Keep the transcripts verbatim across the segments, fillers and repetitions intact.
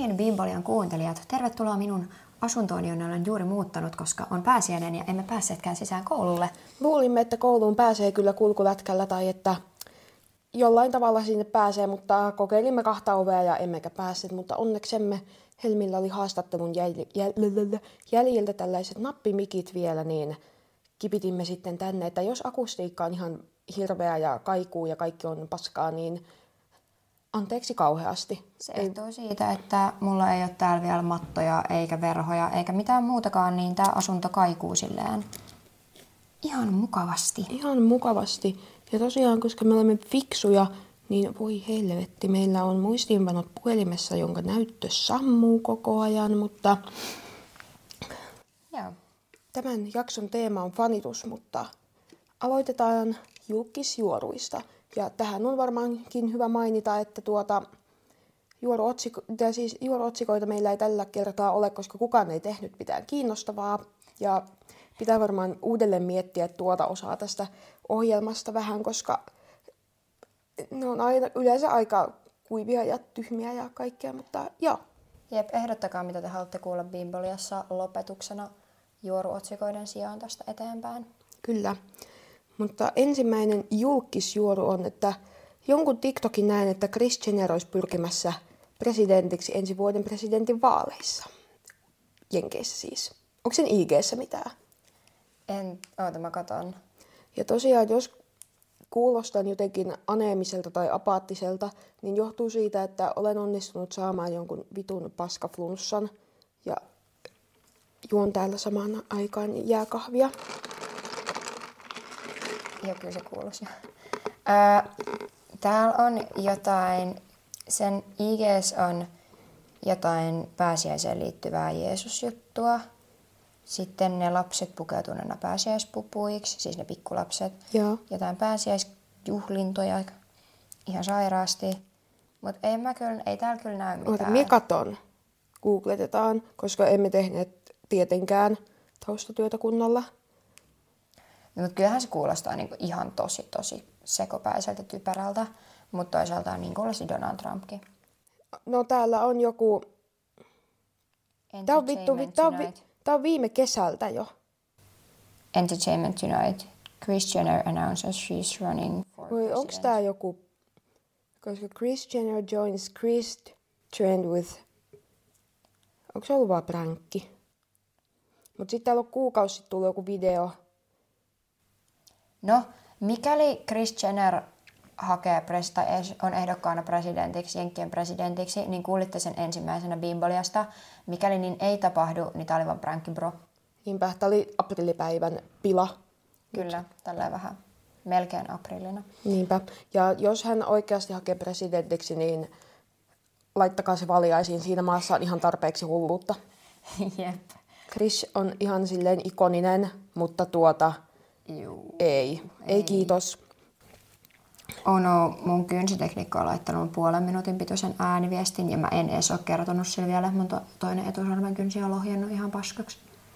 niin, Bimbolian kuuntelijat, tervetuloa minun asuntooni, jonne olen juuri muuttanut, koska on pääsiäinen ja emme päässeetkään sisään koululle. Luulimme, että kouluun pääsee kyllä kulkulätkällä tai että jollain tavalla sinne pääsee, mutta kokeilimme kahta ovea ja emmekä päässeet, mutta onneksemme Helmillä oli haastattelun jäl- jäl- jäljiltä tällaiset nappimikit vielä, niin kipitimme sitten tänne, että jos akustiikka on ihan hirveä ja kaikuu ja kaikki on paskaa, niin anteeksi kauheasti. Se johtuu siitä, että mulla ei ole täällä vielä mattoja eikä verhoja eikä mitään muutakaan, niin tää asunto kaikuu silleen ihan mukavasti. Ihan mukavasti. Ja tosiaan, koska me olemme fiksuja, niin voi helvetti, meillä on muistiinpanot puhelimessa, jonka näyttö sammuu koko ajan, mutta Joo. Tämän jakson teema on fanitus, mutta aloitetaan julkisjuoruista. Ja tähän on varmaankin hyvä mainita, että tuota, juoruotsiko- siis juoruotsikoita meillä ei tällä kertaa ole, koska kukaan ei tehnyt mitään kiinnostavaa. Ja pitää varmaan uudelleen miettiä tuota osaa tästä ohjelmasta vähän, koska ne on aina, yleensä aika kuivia ja tyhmiä ja kaikkea, mutta joo. Jep, ehdottakaa mitä te haluatte kuulla Bimboliassa lopetuksena juoruotsikoiden sijaan tästä eteenpäin. Kyllä. Mutta ensimmäinen julkisjuoru on, että jonkun TikTokin näen, että Kris Jenner olisi pyrkimässä presidentiksi ensi vuoden presidentin vaaleissa. Jenkeissä siis. Onko sen I G:ssä mitään? En, oota mä katon. Ja tosiaan, jos kuulostan jotenkin aneemiselta tai apaattiselta, niin johtuu siitä, että olen onnistunut saamaan jonkun vitun paskaflunssan ja juon täällä samaan aikaan jääkahvia. Joo, kyllä se kuuluisi. Öö, täällä on jotain, sen I G:s on jotain pääsiäiseen liittyvää Jeesus-juttua. Sitten ne lapset pukeutuneena pääsiäispupuiksi, siis ne pikkulapset. Joo. Jotain pääsiäisjuhlintoja ihan sairaasti. Mutta ei, mä kyllä, ei täällä kyllä näy mitään. Oota, mie katon. Googletetaan, koska emme tehneet tietenkään taustatyötä kunnolla. No, mutta kyllähän se kuulostaa niinku ihan tosi, tosi sekopäiseltä typerältä. Mutta toisaalta on niin kuulosti Donald Trumpkin. No täällä on joku... Tää on, vittu, tää, on vi... Tää on viime kesältä jo. Entertainment Tonight. Kris Jenner announces she's running for Voi, president. onks tää joku... Koska Kris Jenner joins Kris trend with... Onko se ollut vaan pränkki? Mut sit täällä on kuukausi sitten tullut joku video. No, mikäli Kris Jenner hakee pres- tai on ehdokkaana presidentiksi, Jenkkien presidentiksi, niin kuulitte sen ensimmäisenä Bimboliasta. Mikäli niin ei tapahdu, niin tää oli vaan pränkki, bro. Niinpä, tää oli aprillipäivän pila. Kyllä, tällä vähän melkein aprillina. Niinpä. Ja jos hän oikeasti hakee presidentiksi, niin laittakaa se valjaisiin. Siinä maassa on ihan tarpeeksi hulluutta. Jep. Kris on ihan silleen ikoninen, mutta tuota... Juu. Ei. ei. Ei kiitos. Oh no, mun kynsitekniikka on laittanut puolen minuutin pituisen ääniviestin ja mä en edes ole kertonut sille vielä, että mun to- toinen etusormen kynsi on lohjennut ihan paskaksi.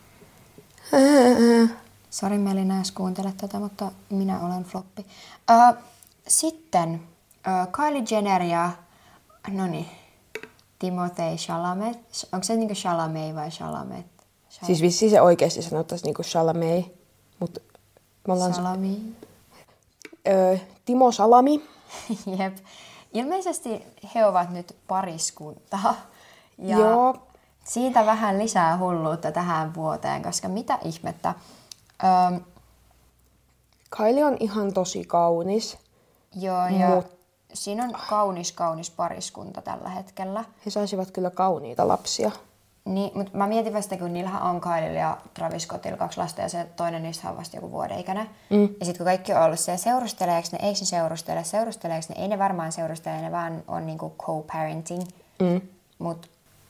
Sori Melina, jos kuuntelet tätä, mutta minä olen floppi. Uh, sitten uh, Kylie Jenner ja, no niin, Timothée Chalamet. Onko se niinku Chalamet vai Chalamet? Chalamet. Siis vissiin se oikeasti sanottaisiin niinku Chalamet, mutta me ollaan... Salami. Öö, Timo Salami. Jep. Ilmeisesti he ovat nyt pariskunta. Ja Joo. siitä vähän lisää hulluutta tähän vuoteen, koska mitä ihmettä. Öm, Kylie on ihan tosi kaunis. joo, ja Mut... siinä on kaunis, kaunis pariskunta tällä hetkellä. He saisivat kyllä kauniita lapsia. Niin, mutta mä mietin vasta, kun niillähän on Kyliella ja Travis Scottilla kaksi lasta ja se toinen niistä on vasta joku vuoden ikäinen. Mm. Ja sitten kun kaikki on ollut siellä, seurusteleeko ne, eikö ne seurustele, seurusteleeko ne, ei ne varmaan seurustele, ne vaan on niinku co-parenting. Mm. Mut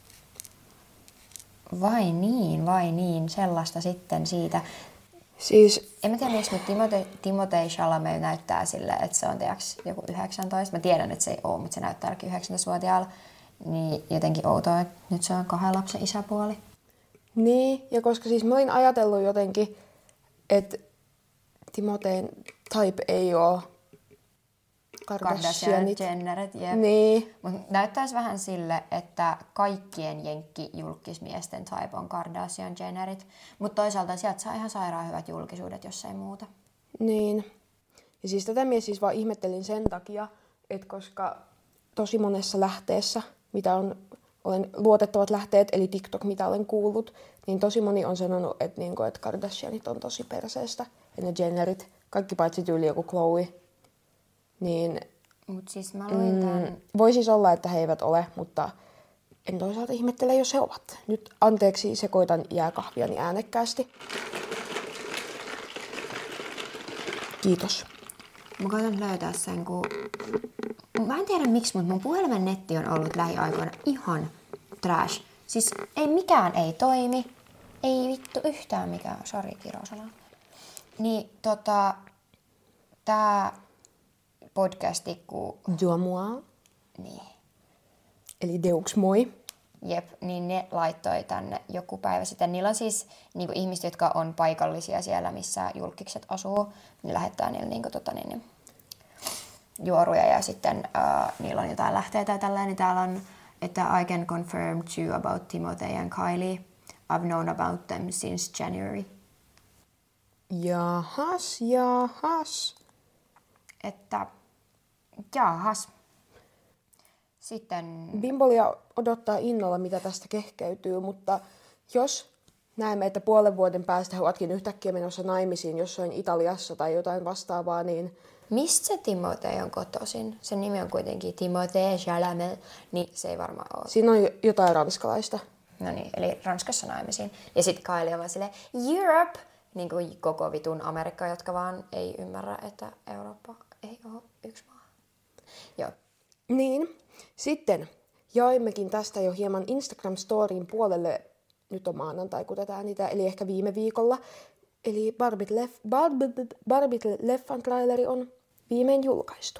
vai niin, vai niin, sellaista sitten siitä. Siis... En mä tiedä, miksi nyt Timothée, Timothée Chalamet näyttää silleen, että se on tiiäks, joku yhdeksäntoista. Mä tiedän, että se ei ole, mutta se näyttää ainakin yhdeksäntoistavuotiaalla. Niin jotenkin outoa, että nyt se on kahden lapsen isäpuoli. Niin, ja koska siis mä olin ajatellut jotenkin, että Timotheen type ei ole Kardashianit. Jennerit, jep. Niin. Mut näyttäisi vähän sille, että kaikkien jenkki-julkismiesten type on Kardashian Jennerit. Mutta toisaalta sieltä saa ihan sairaan hyvät julkisuudet, jos ei muuta. Niin. Ja siis tätä mies siis vaan ihmettelin sen takia, että koska tosi monessa lähteessä, mitä on, olen luotettavat lähteet, eli TikTok, mitä olen kuullut, niin tosi moni on sanonut, että, niinku, että Kardashianit on tosi perseestä. Ja ne Jennerit, kaikki paitsi tyyli joku Khloe. Niin, Mut siis mä luin tämän... mm, voi siis olla, että he eivät ole, mutta en toisaalta ihmettele, jos he ovat. Nyt anteeksi, sekoitan jääkahviani äänekkäästi. Kiitos. Mä koitan löytää sen, kun... Mä en tiedä miksi, mutta mun puhelimen netti on ollut lähiaikoina ihan trash. Siis ei mikään ei toimi. Ei vittu yhtään mikään. Sori, kirosana. Niin tota... Tää podcasti, kun... Joa moi. Niin. Eli Deux moi. Jep, niin ne laittoi tänne joku päivä sitten. Niillä on siis niinku ihmiset, jotka on paikallisia siellä, missä julkikset asuu. Ne lähettää niille niinku, tota, niin, juoruja ja sitten uh, niillä on jotain lähteitä ja tällainen. Niin täällä on, että I can confirm too about Timothy and Kylie. I've known about them since January. Jahas, jahas. Että jahas. Sitten... Bimbolia odottaa innolla, mitä tästä kehkeytyy, mutta jos näemme, että puolen vuoden päästä he ovatkin yhtäkkiä menossa naimisiin jossain Italiassa tai jotain vastaavaa, niin... Mistä se Timothée on kotoisin? Sen nimi on kuitenkin Timothée Chalamet, niin se ei varmaan ole. Siinä on jotain ranskalaista. No niin, eli Ranskassa naimisiin. Ja sitten Kylie on vaan silleen, Europe! Niin kuin koko vitun Amerikka, jotka vaan ei ymmärrä, että Eurooppa ei ole yksi maa. Joo. Niin. Sitten jaimmekin tästä jo hieman Instagram-storyin puolelle, nyt on maanantai, kun tätä niitä, eli ehkä viime viikolla. Eli Barbit, Leff, Barbit, Barbit leffan traileri on viimein julkaistu.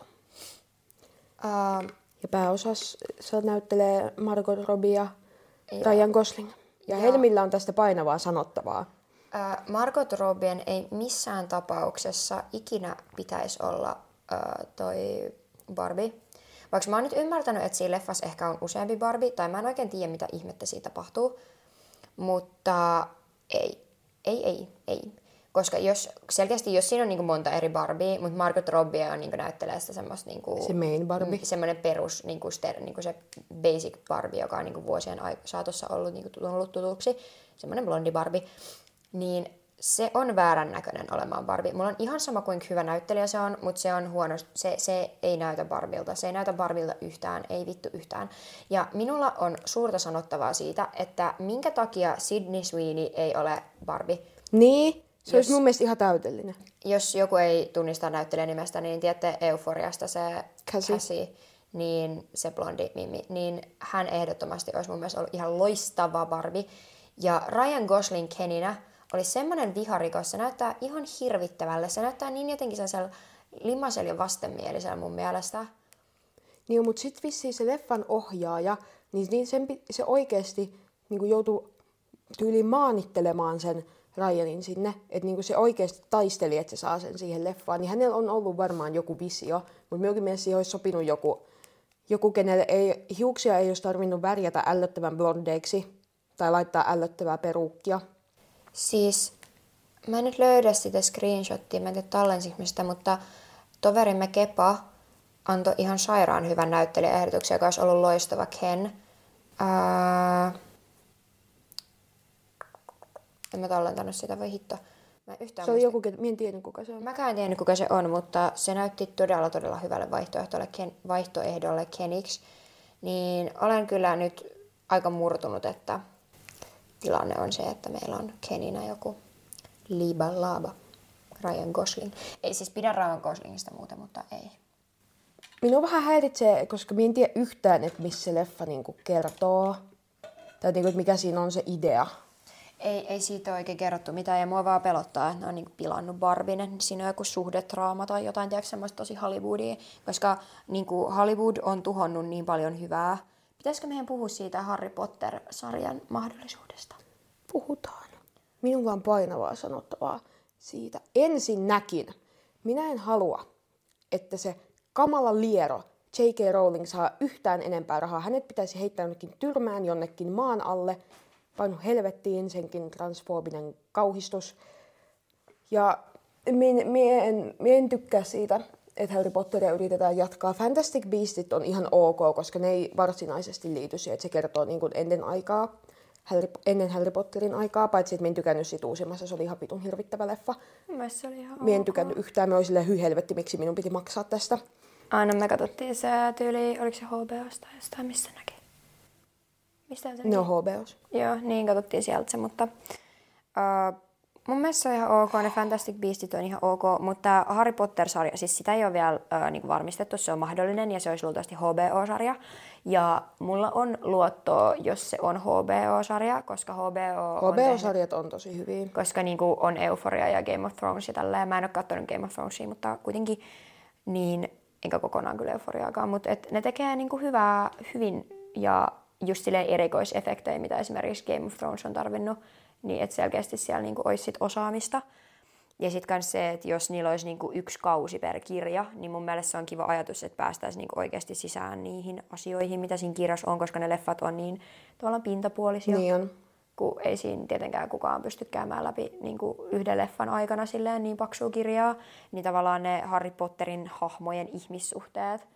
Uh, ja pääosassa näyttelee Margot Robbie ja Ryan Gosling. Ja, ja Helmillä on tästä painavaa sanottavaa. Uh, Margot Robbien ei missään tapauksessa ikinä pitäisi olla uh, toi Barbie. Vaikka mä oon nyt ymmärtänyt, että siinä leffassa ehkä on useampi Barbie, tai mä en oikein tiedä, mitä ihmettä siitä tapahtuu. Mutta ei, ei, ei, ei. Koska jos, selkeästi jos siinä on niinku monta eri Barbie, mutta Margot Robbie on, niinku, näyttelee sitä semmoista... Niinku, se main Barbie. Semmoinen perus, niinku, ster, niinku se basic Barbie, joka on niinku, vuosien saatossa ollut, niinku, tullut tutuksi. Semmoinen blondi Barbie. Niin se on väärän näköinen olemaan Barbie. Mulla on ihan sama kuin hyvä näyttelijä se on, mutta se on huono. Se, se ei näytä Barbilta. Se ei näytä Barbilta yhtään, ei vittu yhtään. Ja minulla on suurta sanottavaa siitä, että minkä takia Sydney Sweeney ei ole Barbie. Niin, se jos, olisi mun mielestä ihan täydellinen. Jos joku ei tunnista näyttelijän nimestä, niin tiedätte Euforiasta se Cassie. Cassie, niin se blondi Mimi, niin hän ehdottomasti olisi mun mielestä ollut ihan loistava Barbie. Ja Ryan Gosling Keninä oli semmoinen viharikos, se näyttää ihan hirvittävälle. Se näyttää niin jotenkin sellaisella limaisella ja vastenmielisellä mun mielestä. Niin, mutta sitten vissiin se leffan ohjaaja, niin sen, se oikeasti niin joutui tyyliin maanittelemaan sen Ryanin sinne. Että niin se oikeasti taisteli, että se saa sen siihen leffaan. Niin hänellä on ollut varmaan joku visio, mutta minunkin mielestä siihen olisi sopinut joku, joku kenelle ei, hiuksia ei olisi tarvinnut värjätä ällöttävän blondeiksi tai laittaa ällöttävää peruukkia. Siis, mä en nyt löydä sitä screenshottia, mä en tiedä tallensinko sitä, mutta toverimme Kepa antoi ihan sairaan hyvän näyttelijäehdotuksen, joka olisi ollut loistava Ken. Ää... En mä tallentanut sitä, voi hitto. Mä en yhtään se oli muista. joku, mä en tiedä kuka se on. Mäkään en tiedä kuka se on, mutta se näytti todella todella hyvälle vaihtoehdolle, Ken, vaihtoehdolle Keniksi. Niin olen kyllä nyt aika murtunut, että tilanne on se, että meillä on Keninä joku Liba Laba, Ryan Gosling. Ei siis pidä Ryan Goslingista muuta, mutta ei. Minua vähän häiritsee, koska minä en tiedä yhtään, että missä se leffa niinku kertoo. Tai niinku, että mikä siinä on se idea. Ei, ei siitä ole oikein kerrottu mitään ja mua vaan pelottaa, että ne on niinku pilannut Barbien. Siinä on joku suhdetraama tai jotain, tiedätkö, semmoista tosi Hollywoodia. Koska niinku Hollywood on tuhonnut niin paljon hyvää. Pitäisikö meidän puhua siitä Harry Potter-sarjan mahdollisuudesta? Puhutaan. Minulla on painavaa sanottavaa siitä. Ensinnäkin, minä en halua, että se kamala liero. J K. Rowling saa yhtään enempää rahaa. Hänet pitäisi heittää jonnekin tyrmään jonnekin maan alle. Painu helvettiin senkin transfoobinen kauhistus. Ja mie, mie, en, mie en tykkää siitä, että Harry Potteria yritetään jatkaa. Fantastic Beastit on ihan ok, koska ne ei varsinaisesti liity siihen, että se kertoo niin kuin ennen aikaa. Harry, ennen Harry Potterin aikaa, paitsi että minä en tykännyt siitä uusimmassa, se oli ihan vitun hirvittävä leffa. Mielestäni se oli ihan Minä en ok. tykännyt yhtään, me olin silleen hy helvetti, miksi minun piti maksaa tästä. Aina me katsottiin se tyyli, oliko se H B Osta jostain, missä näki? Mistä se Ne on H B Os. Joo, niin katsottiin sieltä se, mutta uh, mun mielestä se on ihan ok, ne Fantastic Beastit on ihan ok, mutta Harry Potter-sarja, siis sitä ei ole vielä uh, niinku varmistettu, se on mahdollinen ja se olisi luultavasti H B O-sarja. Ja mulla on luottoa, jos se on H B O-sarja, koska H B O H B O-sarjat on tosi hyviä. Koska niinku on Euphoria ja Game of Thrones ja tälleen. Mä en ole katsonut Game of Thronesia, mutta kuitenkin niin, enkä kokonaan kyllä Euphoriaakaan, mutta et ne tekee niinku hyvää, hyvin ja just silleen erikoisefektejä, mitä esimerkiksi Game of Thrones on tarvinnut, niin että selkeästi siellä niinku olisi sit osaamista. Ja sitten myös se, että jos niillä olisi niinku yksi kausi per kirja, niin mun mielestä se on kiva ajatus, että päästäisiin niinku oikeasti sisään niihin asioihin, mitä siinä kirjassa on, koska ne leffat on niin tavallaan pintapuolisia. Niin on. Kun ei siinä tietenkään kukaan pysty käymään läpi niin kuin yhden leffan aikana silleen niin paksua kirjaa, niin tavallaan ne Harry Potterin hahmojen ihmissuhteet,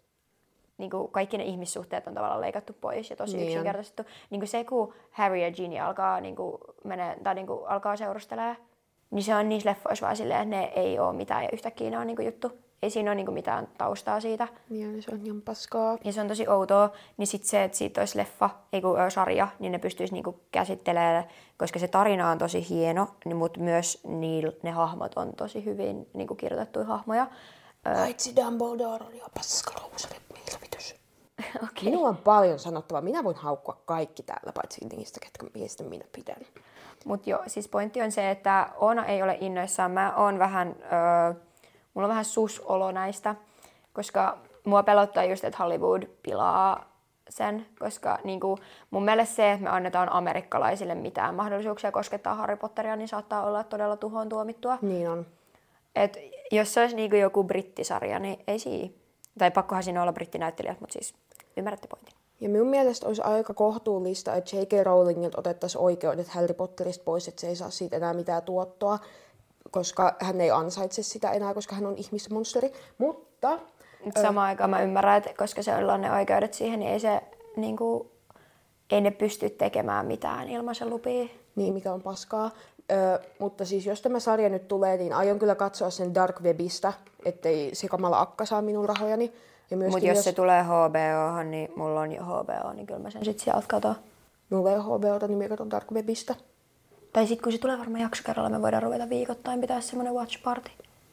niin kuin kaikki ne ihmissuhteet on tavallaan leikattu pois ja tosi niin yksinkertaistettu. Niin kuin se, kun Harry ja Ginny alkaa, niin kuin menee, tai niin kuin alkaa seurustelemaan, niin se on niissä leffoissa vaan silleen, että ne ei ole mitään ja yhtäkkiä ne on niin kuin juttu. Ei siinä ole niin kuin mitään taustaa siitä. Niin, se on ihan paskaa. Ja se on tosi outoa, niin sitten se, että siitä olisi leffa, ei kun sarja, niin ne pystyisi niinku käsittelemään, koska se tarina on tosi hieno, niin, mutta myös niil, ne hahmot on tosi hyvin niinku kirjoitettuja hahmoja. Paitsi Dumbledore on ihan paskarousari, milvitys. Okay. Minulla on paljon sanottavaa. Minä voin haukkua kaikki täällä, paitsi niistä, ketkä miestä minä pidän. Mutta joo, siis pointti on se, että Oona ei ole innoissaan. Mä oon vähän, öö, mulla on vähän sus-olo näistä, koska mua pelottaa just, että Hollywood pilaa sen, koska niin kuin, mun mielestä se, että me annetaan amerikkalaisille mitään mahdollisuuksia koskettaa Harry Potteria, niin saattaa olla todella tuhoon tuomittua. Niin on. Et jos se olisi niin kuin joku brittisarja, niin ei siinä. Tai pakkohan siinä olla brittinäyttelijät, mutta siis ymmärrätte pointin. Ja minun mielestä olisi aika kohtuullista, että J K. Rowlingilta otettaisiin oikeudet Harry Potterista pois, että se ei saa siitä enää mitään tuottoa, koska hän ei ansaitse sitä enää, koska hän on ihmismonsteri. Mutta samaan aikaan mä ymmärrän, että koska se on ne oikeudet siihen, niin ei, se, niin kuin, ei ne pysty tekemään mitään ilman sen lupia. Niin, mikä on paskaa. Ö, mutta siis jos tämä sarja nyt tulee, niin aion kyllä katsoa sen Dark Webistä, ettei se kamala akka saa minun rahojani. Mutta jos, jos se tulee H B O:han, niin mulla on jo H B O, niin kyllä mä sen sit sieltä katon. Minulla ei ole H B Ota, niin minä katon Dark Webistä. Tai sit kun se tulee varmaan jakso kerralla, me voidaan ruveta viikoittain pitää semmonen watch party.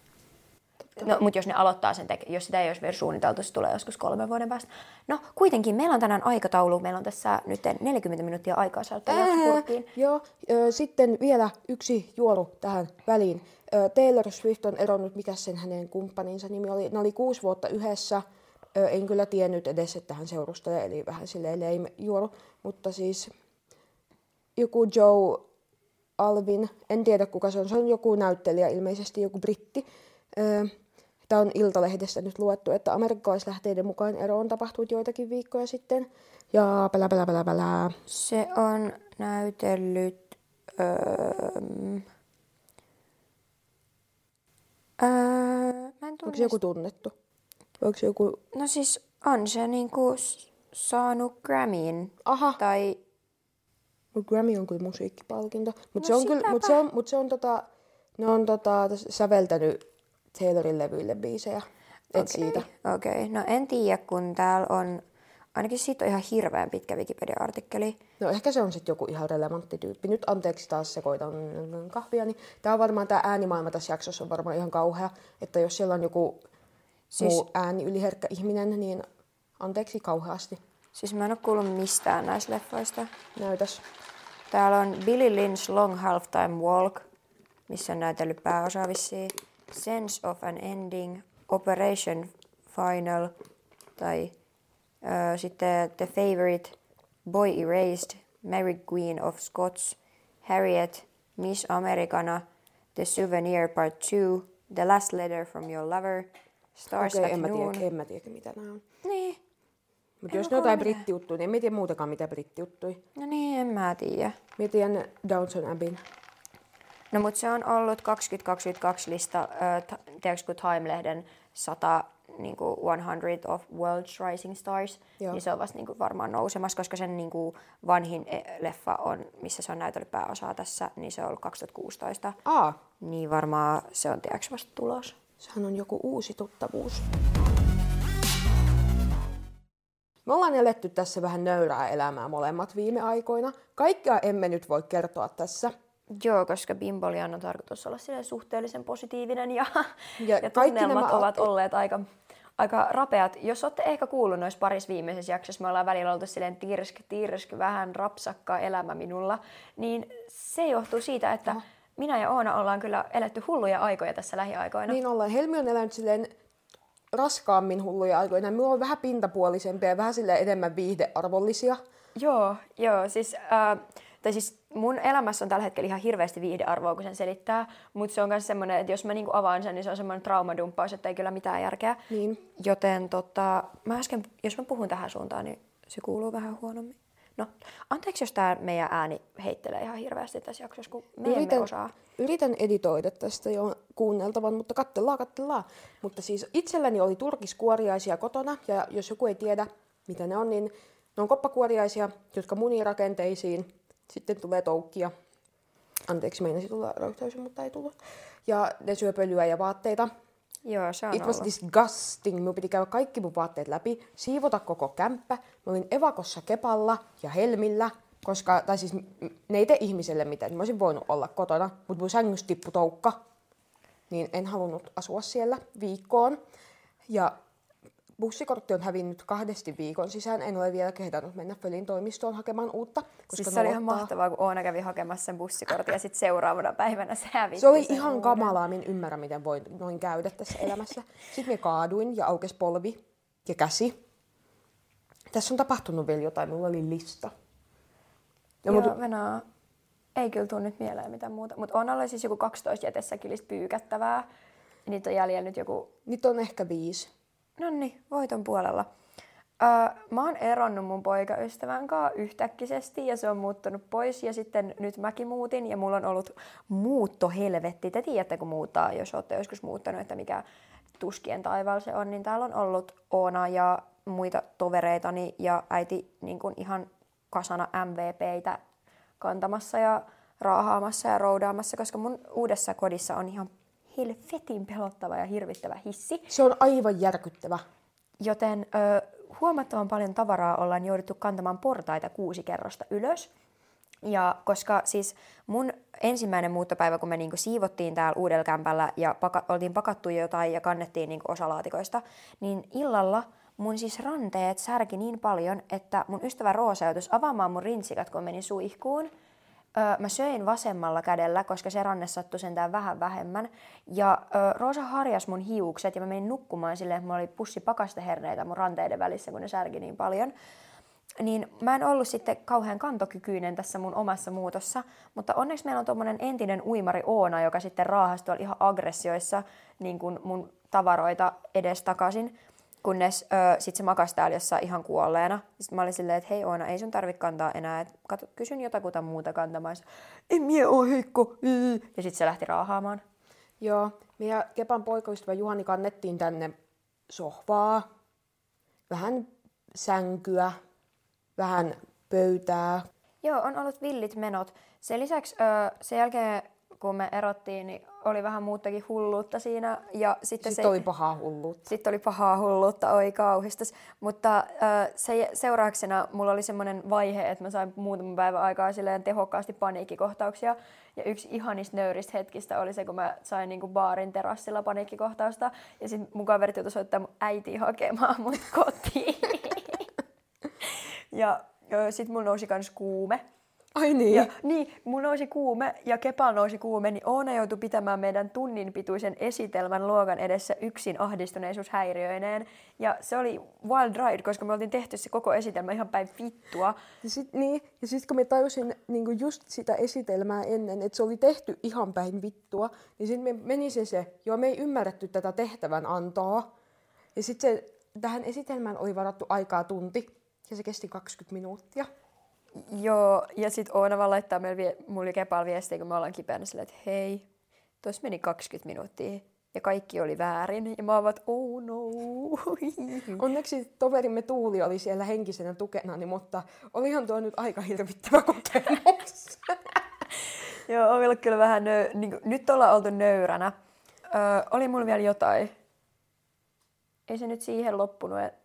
No, mutta jos ne aloittaa sen teke- jos sitä ei olisi vielä suunniteltu, se tulee joskus kolmen vuoden päästä. No, kuitenkin meillä on tänään aikataulu. Meillä on tässä nyt neljäkymmentä minuuttia aikaa saada jaksopurkkiin. Joo, ö, sitten vielä yksi juoru tähän väliin. Ö, Taylor Swift on eronnut, mikä sen hänen kumppaninsa nimi oli. Ne oli kuusi vuotta yhdessä. Ö, en kyllä tiennyt edes, että hän seurustelee, eli vähän silleen lame juoru. Mutta siis joku Joe Alvin, en tiedä kuka se on. Se on joku näyttelijä, ilmeisesti joku britti. Ö, Tämä on Iltalehdestä nyt luettu, että amerikkalaislähteiden mukaan ero on tapahtunut joitakin viikkoja sitten. Ja pälä, pälä, pälä, pälä. Se on näytellyt... Öö, öö, mä en Onko se joku tunnettu? Onko se joku... No siis on se niinku saanut Grammyin. Aha. Tai... Mut Grammy on kyllä musiikkipalkinto. Mut No se on kyllä, sitäpä. mut se on, mut se on tota, ne on tota, säveltänyt Taylorin levyille biisejä. Et siitä. Okei, okay. No en tiedä, kun täällä on... Ainakin siitä on ihan hirveän pitkä Wikipedia-artikkeli. No ehkä se on sitten joku ihan relevantti tyyppi. Nyt anteeksi taas sekoitan kahvia. Niin tää on varmaan, tää äänimaailma tässä jaksossa on varmaan ihan kauhea. Että jos siellä on joku Siis- muu ääni yliherkkä ihminen, niin anteeksi kauheasti. Siis mä en ole kuullut mistään näistä leffoista. Näytäs. Täällä on Billy Lynch Long Halftime Walk, missä on näytellyt pääosaa vissiin. Sense of an Ending, Operation Final, tai ö, sitten The Favourite, Boy Erased, Mary Queen of Scots, Harriet, Miss Americana, The Souvenir Part two, The Last Letter from Your Lover, Stars Okei, at en mä Noon. tiedä, en mä tiedä mitä nämä on. Niin. Mutta Ei jos mä ne on jotain kuule brittijuttuja, niin en mä tiedä muutakaan mitä brittijuttuja. No niin, en mä tiedä. Mä tiedän Downton Abbey. No mut se on ollut kaksituhattakaksikymmentäkaksi lista, äh, t- tiedätkö kun Time-lehden sata niinku sata of World's Rising Stars, Joo. niin se on vasta niinku varmaan nousemassa, koska sen niinku vanhin leffa on, missä se on näytellyt pääosaa tässä, niin se on ollut kaksituhattakuusitoista. Aa, Niin varmaan se on tiedätkö vasta tulos. sehän on joku uusi tuttavuus. Me ollaan eletty tässä vähän nöyrää elämää molemmat viime aikoina. Kaikkea emme nyt voi kertoa tässä. Joo, koska Bimbolian on tarkoitus olla silleen suhteellisen positiivinen ja, Ja ja kaikki tunnelmat nämä- ovat olleet aika, aika rapeat. Jos olette ehkä kuullut noissa parissa viimeisessä jaksossa, me ollaan välillä oltu silleen tirsk, tirsk, vähän rapsakkaa elämä minulla, niin se johtuu siitä, että Oho. minä ja Oona ollaan kyllä eletty hulluja aikoja tässä lähiaikoina. Niin ollaan. Helmi on elänyt silleen raskaammin hulluja aikoina. Minulla on vähän pintapuolisempia ja vähän silleen enemmän viihdearvollisia. Joo, joo, siis, äh, tai siis mun elämässä on tällä hetkellä ihan hirveästi viihdearvoa, kun sen selittää, mutta se on myös semmoinen, että jos mä niinku avaan sen, niin se on semmoinen traumadumppaus, että ei kyllä mitään järkeä. Niin. Joten tota, mä äsken, jos mä puhun tähän suuntaan, niin se kuuluu vähän huonommin. No, anteeksi, jos tää meidän ääni heittelee ihan hirveästi tässä jaksossa, kun me emme osaa. Yritän editoida tästä jo kuunneltavan, mutta kattellaan, kattellaan. Mutta siis itselläni oli turkiskuoriaisia kotona, ja jos joku ei tiedä, mitä ne on, niin ne on koppakuoriaisia, jotka munii rakenteisiin. Sitten tulee toukkia. Anteeksi, meinasi tulla röyhtäysy, mutta ei tullut. Ja ne syö pölyä ja vaatteita. Joo, se on It was ollut. disgusting. Minun piti käydä kaikki mun vaatteet läpi, siivota koko kämppä. Mä olin evakossa Kepalla ja Helmillä, koska, tai siis ne ei tee ihmiselle mitään. Mä olisin voinut olla kotona, mutta mun sängystä tippui toukka. Niin en halunnut asua siellä viikkoon. Ja bussikortti on hävinnyt kahdesti viikon sisään. En ole vielä kehdannut mennä Fölin toimistoon hakemaan uutta. Koska Siis ne se oli ihan ottaa- mahtavaa, kun Oona kävi hakemassa sen bussikortin ja sitten seuraavana päivänä se hävitti Se oli sen ihan uuden. kamalaa, minä en ymmärrä, miten voi noin käydä tässä elämässä. Sitten me kaaduin ja aukesi polvi ja käsi. Tässä on tapahtunut vielä jotain, minulla oli lista. No, Joo, mut, Venäjä. Ei kyllä tule nyt mieleen mitään muuta. Mutta on ollut siis joku kaksitoista jätesäkillistä pyykättävää. Niitä on jäljellä nyt joku... nyt on ehkä viisi. Nonni, voiton puolella. Öö, mä oon eronnut mun poikaystävän kanssa yhtäkkisesti ja se on muuttunut pois ja sitten nyt mäkin muutin ja mulla on ollut muuttohelvetti. Te tiedätte kun muuttaa, jos olette joskus muuttanut, että mikä tuskien taivaalla se on, niin täällä on ollut Oona ja muita tovereitani ja äiti niin kuin ihan kasana M V P:itä kantamassa ja raahaamassa ja roudaamassa, koska mun uudessa kodissa on ihan helvetin pelottava ja hirvittävä hissi. Se on aivan järkyttävä. Joten ö, huomattavan paljon tavaraa ollaan jouduttu kantamaan portaita kuusi kerrosta ylös. Ja koska siis mun ensimmäinen muuttopäivä, kun me niinku siivottiin täällä uudella kämpällä ja paka- oltiin pakattu jotain ja kannettiin niinku osa laatikoista, niin illalla mun siis ranteet särki niin paljon, että mun ystävä Roosa joutuisi avaamaan mun rintsikat, kun menin suihkuun. Öö, mä söin vasemmalla kädellä, koska se ranne sattui sentään vähän vähemmän. Ja öö, Roosa harjas mun hiukset ja mä menin nukkumaan silleen, että mulla oli pussi pakasteherneitä mun ranteiden välissä, kun ne särki niin paljon. Niin mä en ollut sitten kauhean kantokykyinen tässä mun omassa muutossa, mutta onneksi meillä on tommonen entinen uimari Oona, joka sitten raahasi tuolla ihan aggressioissa niin kun mun tavaroita edestakaisin. Kunnes öö, sit se makasi täällä jossain ihan kuolleena. Sitten mä olin silleen, että hei Oona, ei sun tarvi kantaa enää. Et kato, kysyn jotakuta muuta kantamaan. En mie oo heikko. Ja sitten se lähti raahaamaan. Joo, me ja Kepan poikaystävä Juhani kannettiin tänne sohvaa, vähän sänkyä, vähän pöytää. Joo, on ollut villit menot. Sen lisäksi öö, sen jälkeen, kun me erottiin, niin oli vähän muuttakin hulluutta siinä. Ja sitten Sitten se... oli pahaa hulluutta. Sitten oli pahaa hulluutta, oi kauhistas. Mutta äh, se, seurauksena mulla oli semmoinen vaihe, että mä sain muutaman päivän aikaa silleen tehokkaasti paniikkikohtauksia. Ja yksi ihanista nöyristä hetkistä oli se, kun mä sain niinku baarin terassilla paniikkikohtausta. Ja sitten mun kaverit joutui soittaa mun äitiä hakemaan mut kotiin. ja sitten mulla nousi kans kuume. Ai niin? Ja, niin, mulla nousi kuume ja Kepa nousi kuume, niin Oona joutui pitämään meidän tunnin pituisen esitelmän luokan edessä yksin ahdistuneisuushäiriöineen. Ja se oli wild ride, koska me oltiin tehty se koko esitelmä ihan päin vittua. Ja sitten niin, ja sit, kun mä tajusin niin just sitä esitelmää ennen, että se oli tehty ihan päin vittua, niin sitten me meni se se, joo me ei ymmärretty tätä tehtävän antoa. Ja sitten tähän esitelmään oli varattu aikaa tunti ja se kesti kaksikymmentä minuuttia. Joo, ja sit Oona vaan laittaa meille, vie- mulle Kepal viestiä, kun me ollaan kipeänä silleen, että hei, tuossa meni kaksikymmentä minuuttia ja kaikki oli väärin. Ja mä oon vaan, oh no. Onneksi toverimme Tuuli oli siellä henkisenä tukenani, mutta olihan tuo nyt aika hirvittävä kokemus. Joo, on ollut kyllä vähän, nö- niin kuin, nyt ollaan oltu nöyränä. Öö, oli mulla vielä jotain. Ei se nyt siihen loppunut. Et...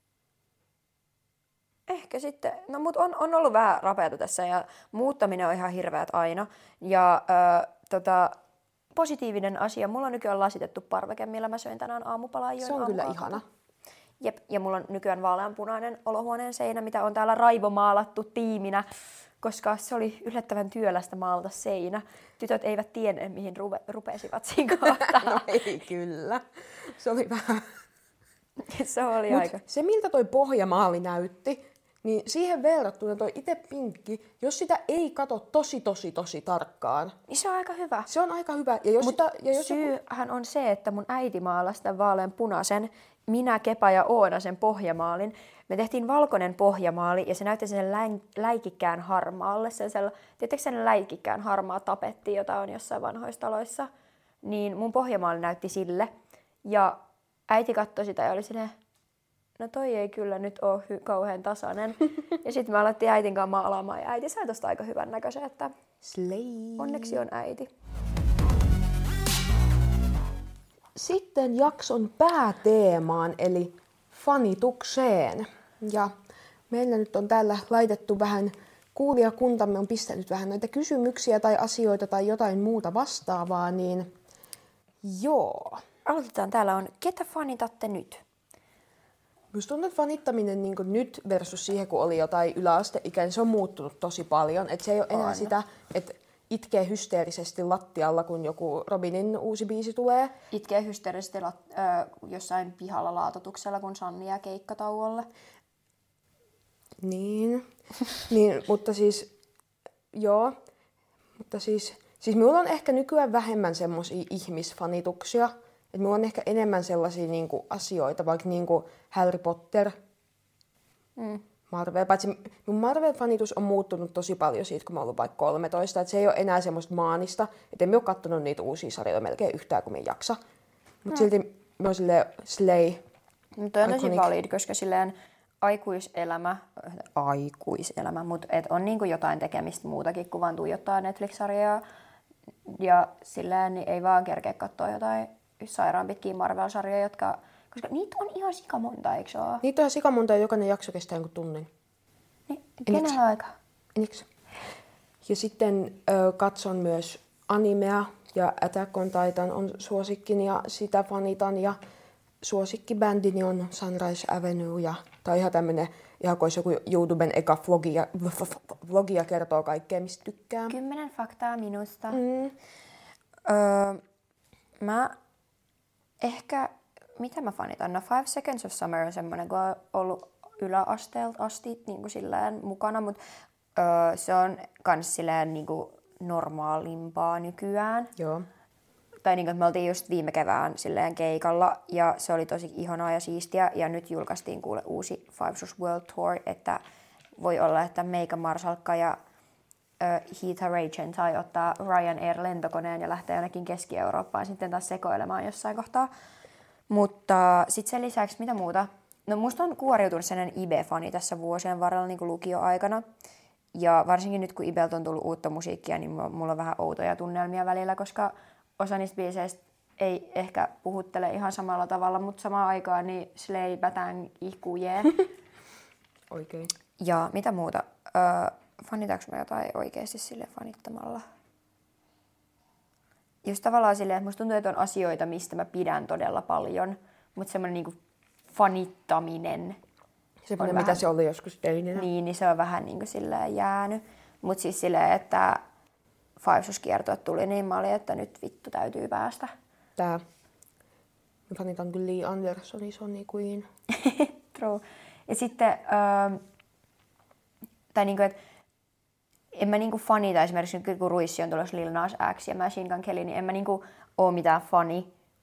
Ehkä sitten, no mut on, on ollut vähän rapeata tässä ja muuttaminen on ihan hirveät aina. Ja öö, tota, positiivinen asia, mulla on nykyään lasitettu parveke, millä mä söin tänään aamupalaa. Se on kyllä ihana. Jep, ja mulla on nykyään vaaleanpunainen olohuoneen seinä, mitä on täällä raivomaalattu tiiminä, koska se oli yllättävän työlästä maalata seinä. Tytöt eivät tienneet, mihin ruve, rupesivat siinä kohtaa. No ei kyllä. Se oli vähän... Se oli Mut aika. se, miltä toi pohjamaali näytti, niin siihen verrattuna toi itse pinkki, jos sitä ei kato tosi, tosi, tosi tarkkaan, Niin se on aika hyvä. se on aika hyvä. Ja jos Mutta sitä, ja jos joku... syyhän on se, että mun äiti maalasi tämän vaaleanpunaisen, minä, Kepa ja Oona sen pohjamaalin. Me tehtiin valkoinen pohjamaali ja se näytti sen läin, läikikkään harmaalle. Sen sella, tiedättekö sen läikikkään harmaa tapetti, jota on jossain vanhoissa taloissa? Niin mun pohjamaali näytti sille. Ja äiti katsoi sitä ja oli silleen, no toi ei kyllä nyt ole hy- kauhean tasainen. Ja sitten me alettiin äitin kanssa maalaamaan ja äiti sai tosta aika hyvän näköisen, että Slay. onneksi on äiti. Sitten jakson pääteemaan, eli fanitukseen. Ja meillä nyt on täällä laitettu vähän, kuulijakuntamme on pistänyt vähän noita kysymyksiä tai asioita tai jotain muuta vastaavaa, niin joo. Aloitetaan. Täällä on, ketä fanitatte nyt? Musta tuntuu, että fanittaminen niin nyt versus siihen, kun oli jotain yläasteikäinen, se on muuttunut tosi paljon. Et se ei ole enää On. sitä, että itkee hysteerisesti lattialla, kun joku Robinin uusi biisi tulee. Itkee hysteerisesti lat- ö, jossain pihalla laatotuksella, kun Sanni jää keikkatauolle. Niin, niin mutta siis, joo, mutta siis, siis minulla on ehkä nykyään vähemmän semmosia ihmisfanituksia. Että minulla on ehkä enemmän sellaisia niinku asioita, vaikka niinku Harry Potter, Mm. Marvel. Paitsi mun Marvel-fanitus on muuttunut tosi paljon siitä, kun mä oon ollut vaikka kolmetoista. Että se ei ole enää semmoista maanista. Että en mä ole kattonut niitä uusia sarjoja melkein yhtään, kun mä en jaksa. Mutta mm. silti mä oon silleen Slay. Mutta on tosi Iconic. valid, koska silleen aikuiselämä, aikuiselämä, mutta et on niinku jotain tekemistä muutakin kuin vaan tuijottaa Netflix-sarjaa. Ja silleen niin ei vaan kerkeä katsoa jotain sairaan pitkiä Marvel-sarjoja, jotka... Koska niitä on ihan sikamonta, eikö se ole? Niitä on sikamonta ja jokainen jakso kestää jonkun tunnin. Niin, kenellä on aika? Eniks? Ja sitten ö, katson myös animea ja Attack on Titan on suosikkini ja sitä fanitan. Ja suosikkibändini on Sunrise Avenue ja tää on ihan tämmönen, ihan kuin olisi joku YouTuben eka vlogi ja, vlogi ja kertoo kaikkea, mistä tykkää. Kymmenen faktaa minusta. Mm. Öö, mä ehkä, mitä mä fanitan? No Five Seconds of Summer on semmoinen, kun on ollut yläasteelta asti niin kuin silleen mukana, mutta öö, se on kans silleen niin kuin normaalimpaa nykyään. Joo. Tai niin kuin, me oltiin just viime kevään silleen keikalla ja se oli tosi ihanaa ja siistiä ja nyt julkaistiin kuule uusi Five Sus World Tour, että voi olla, että Meika Marsalkka ja Heather Ragen sai ottaa Ryanair-lentokoneen ja lähteä jonnekin Keski-Eurooppaan sitten taas sekoilemaan jossain kohtaa. Mutta sitten sen lisäksi, mitä muuta? No musta on kuoriutunut sellainen Ibe-fani tässä vuosien varrella niin kuin lukioaikana. Ja varsinkin nyt, kun Ibeltä on tullut uutta musiikkia, niin mulla on vähän outoja tunnelmia välillä, koska osa niistä biiseistä ei ehkä puhuttele ihan samalla tavalla, mutta samaan aikaan niin Slay, Batang, Ihku, Jee. Oikein. Ja mitä muuta? Öö, fanitaanko mä jotain oikeasti sille fanittamalla? Just tavallaan silleen, että musta tuntuu, että on asioita, mistä mä pidän todella paljon, mutta semmoinen niinku fanittaminen. Semmoinen, mitä vähän, se oli joskus teininä. Niin, niin se on vähän niinku silleen jäänyt. Mutta siis silleen, että Five Sus-kiertue tuli, niin mä olin, että nyt vittu täytyy päästä. Tää. Mä fanitan kyllä Lee Andersoni, Sonny Queen. True. Ja sitten, öö, tai niinku, että en mä niinku fanita esimerkiksi, kun Ruissi on tulossa Lil Nas X ja Machine Gun Kelly, niin en mä niinku oo mitään fani,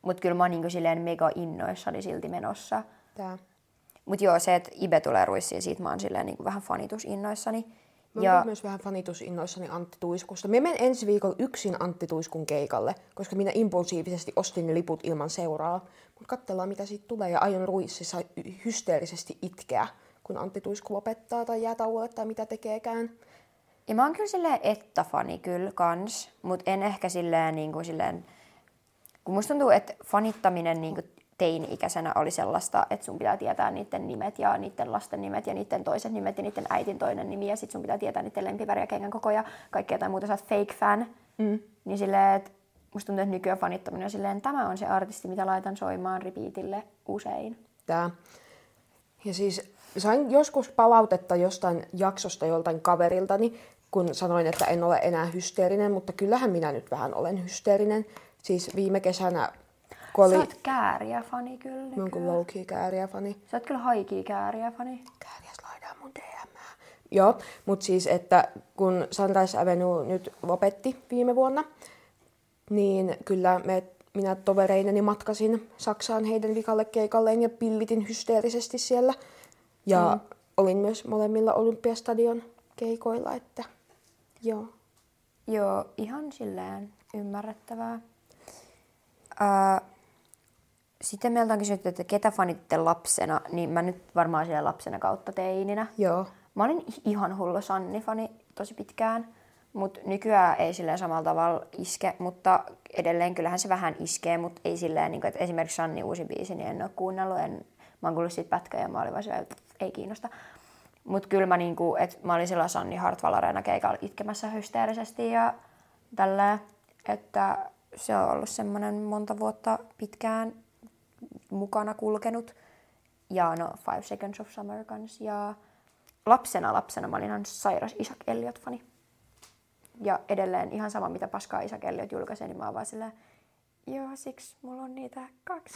Mutta kyllä mä oon niinku silleen mega innoissani silti menossa. Tää. Mut joo, se, että Ibe tulee ruissiin, siitä mä oon silleen niinku vähän fanitusinnoissani. Mä ja... oon myös vähän fanitusinnoissani Antti Tuiskusta. Mä menen ensi viikolla yksin Antti Tuiskun keikalle, koska minä impulsiivisesti ostin ne liput ilman seuraa. Mut katsellaan mitä siitä tulee ja aion ruississa hysteerisesti itkeä, kun Antti Tuisku lopettaa tai jää tauolle tai mitä tekeekään. Ja mä oon kyllä silleen että-fani kyllä kans, mut en ehkä silleen niinku silleen... Kun musta tuntuu, että fanittaminen niinku teini-ikäisenä oli sellaista, että sun pitää tietää niiden nimet ja niiden lasten nimet ja niiden toiset nimet ja niiden äitin toinen nimi ja sit sun pitää tietää niiden lempiväriä, kengän koko ja kaikkea jotain muuta. Sä oot fake fan. Mm. Niin silleen, että musta tuntuu, että nykyään fanittaminen on silleen, tämä on se artisti, mitä laitan soimaan repeatille usein. Tää. Ja siis sain joskus palautetta jostain jaksosta joltain kaveriltani, kun sanoin, että en ole enää hysteerinen, mutta kyllähän minä nyt vähän olen hysteerinen. Siis viime kesänä, kun oli... Sä oot kääriä-fani kyllä nykyään. Mä oon kyllä low-key kääriä-fani. Sä oot kyllä high-key kääriä-fani. Kääriä slaidaa mun D M:ää. Joo, mut siis, että kun Sunrise Avenue nyt lopetti viime vuonna, niin kyllä me, minä tovereineni matkasin Saksaan heidän vikalle keikalleen ja pillitin hysteerisesti siellä. Ja mm. olin myös molemmilla Olympiastadion keikoilla, että joo. Joo, ihan silleen ymmärrettävää. Ää, sitten meiltä on kysytty, että ketä fanititte lapsena, niin mä nyt varmaan siellä lapsena kautta teininä. Joo. Mä olin ihan hullu Sanni-fani tosi pitkään, mutta nykyään ei silleen samalla tavalla iske, mutta edelleen kyllähän se vähän iskee, mutta ei silleen, niin kuin, että esimerkiksi Sanni uusi biisi, niin en ole kuunnellut, en, mä oon kuullut siitä pätkää ja mä olin vaan silleen, että ei kiinnosta. Mutta kyllä mä, niinku, et mä olin silloin Sanni Hartwall Areena keikalla itkemässä hysteerisesti ja tälleen, että se on ollut semmoinen monta vuotta pitkään mukana kulkenut. Ja no Five Seconds of Summer kans. Ja lapsena lapsena mä olin ihan sairas Isaac Elliot-fani. Ja edelleen ihan sama mitä paskaa Isaac Elliot julkaisee, niin mä oon vaan silleen, joo siksi mulla on niitä kaksi.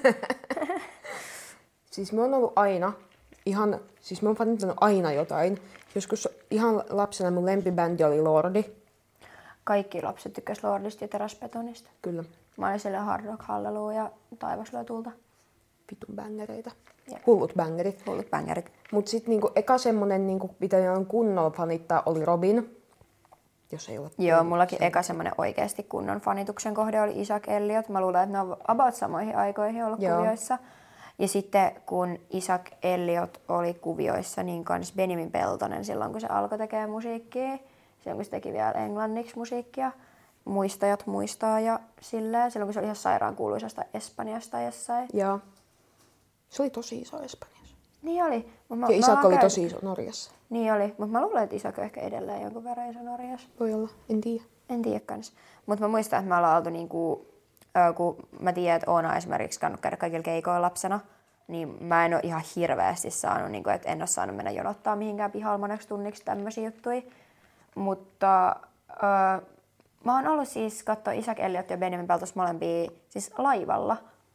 Siis mä oon ollut aina, ihan, siis mä oon fanittanut aina jotain. Joskus ihan lapsena mun lempibändi oli Lordi. Kaikki lapset tykkäs Lordista ja Teräsbetonista. Kyllä. Mä olin silleen Hard Rock Hallelujah ja Taivas lyö tulta. Vitun bängereitä. Jep. Hullut bängerit. Hullut bängerit. Mut sit niinku eka semmonen, niinku, mitä on kunnolla fanittaa, oli Robin. Jos ei ole... Joo, mullakin se... eka semmonen oikeesti kunnon fanituksen kohde oli Isaac Elliot. Mä luulen, että ne on about samoihin aikoihin ollut Joo. kuvioissa. Ja sitten kun Isaac Elliot oli kuvioissa, niin kans Benjamin Peltonen silloin, kun se alkoi tekemään musiikkia. Silloin, kun se teki vielä englanniksi musiikkia. Muistajat muistaa ja silleen. Silloin, kun se oli ihan sairaan kuuluisasta Espanjasta jossain. Joo. Se oli tosi iso Espanjassa. Niin oli. Mä, ja Isaac oli käy... tosi iso Norjassa. Niin oli. Mutta mä luulen, että Isaac on ehkä edelleen jonkun verran iso Norjassa. Voi olla. En tiedä. En tiedä kans. Mutta mä muistan, että me ollaan oltu niinku... Kun mä tiedän, että Oona esimerkiksi kannut käydä kaikilla keikoilla lapsena, niin mä en ole ihan hirveästi saanut, niin kuin, että en ole saanut mennä jonottaa mihinkään pihalle moneksi tunniksi tämmöisiä juttuja. Mutta öö, mä oon ollut siis katsoa Isaac Elliot ja Benjamin Peltos molempia siis laivalla.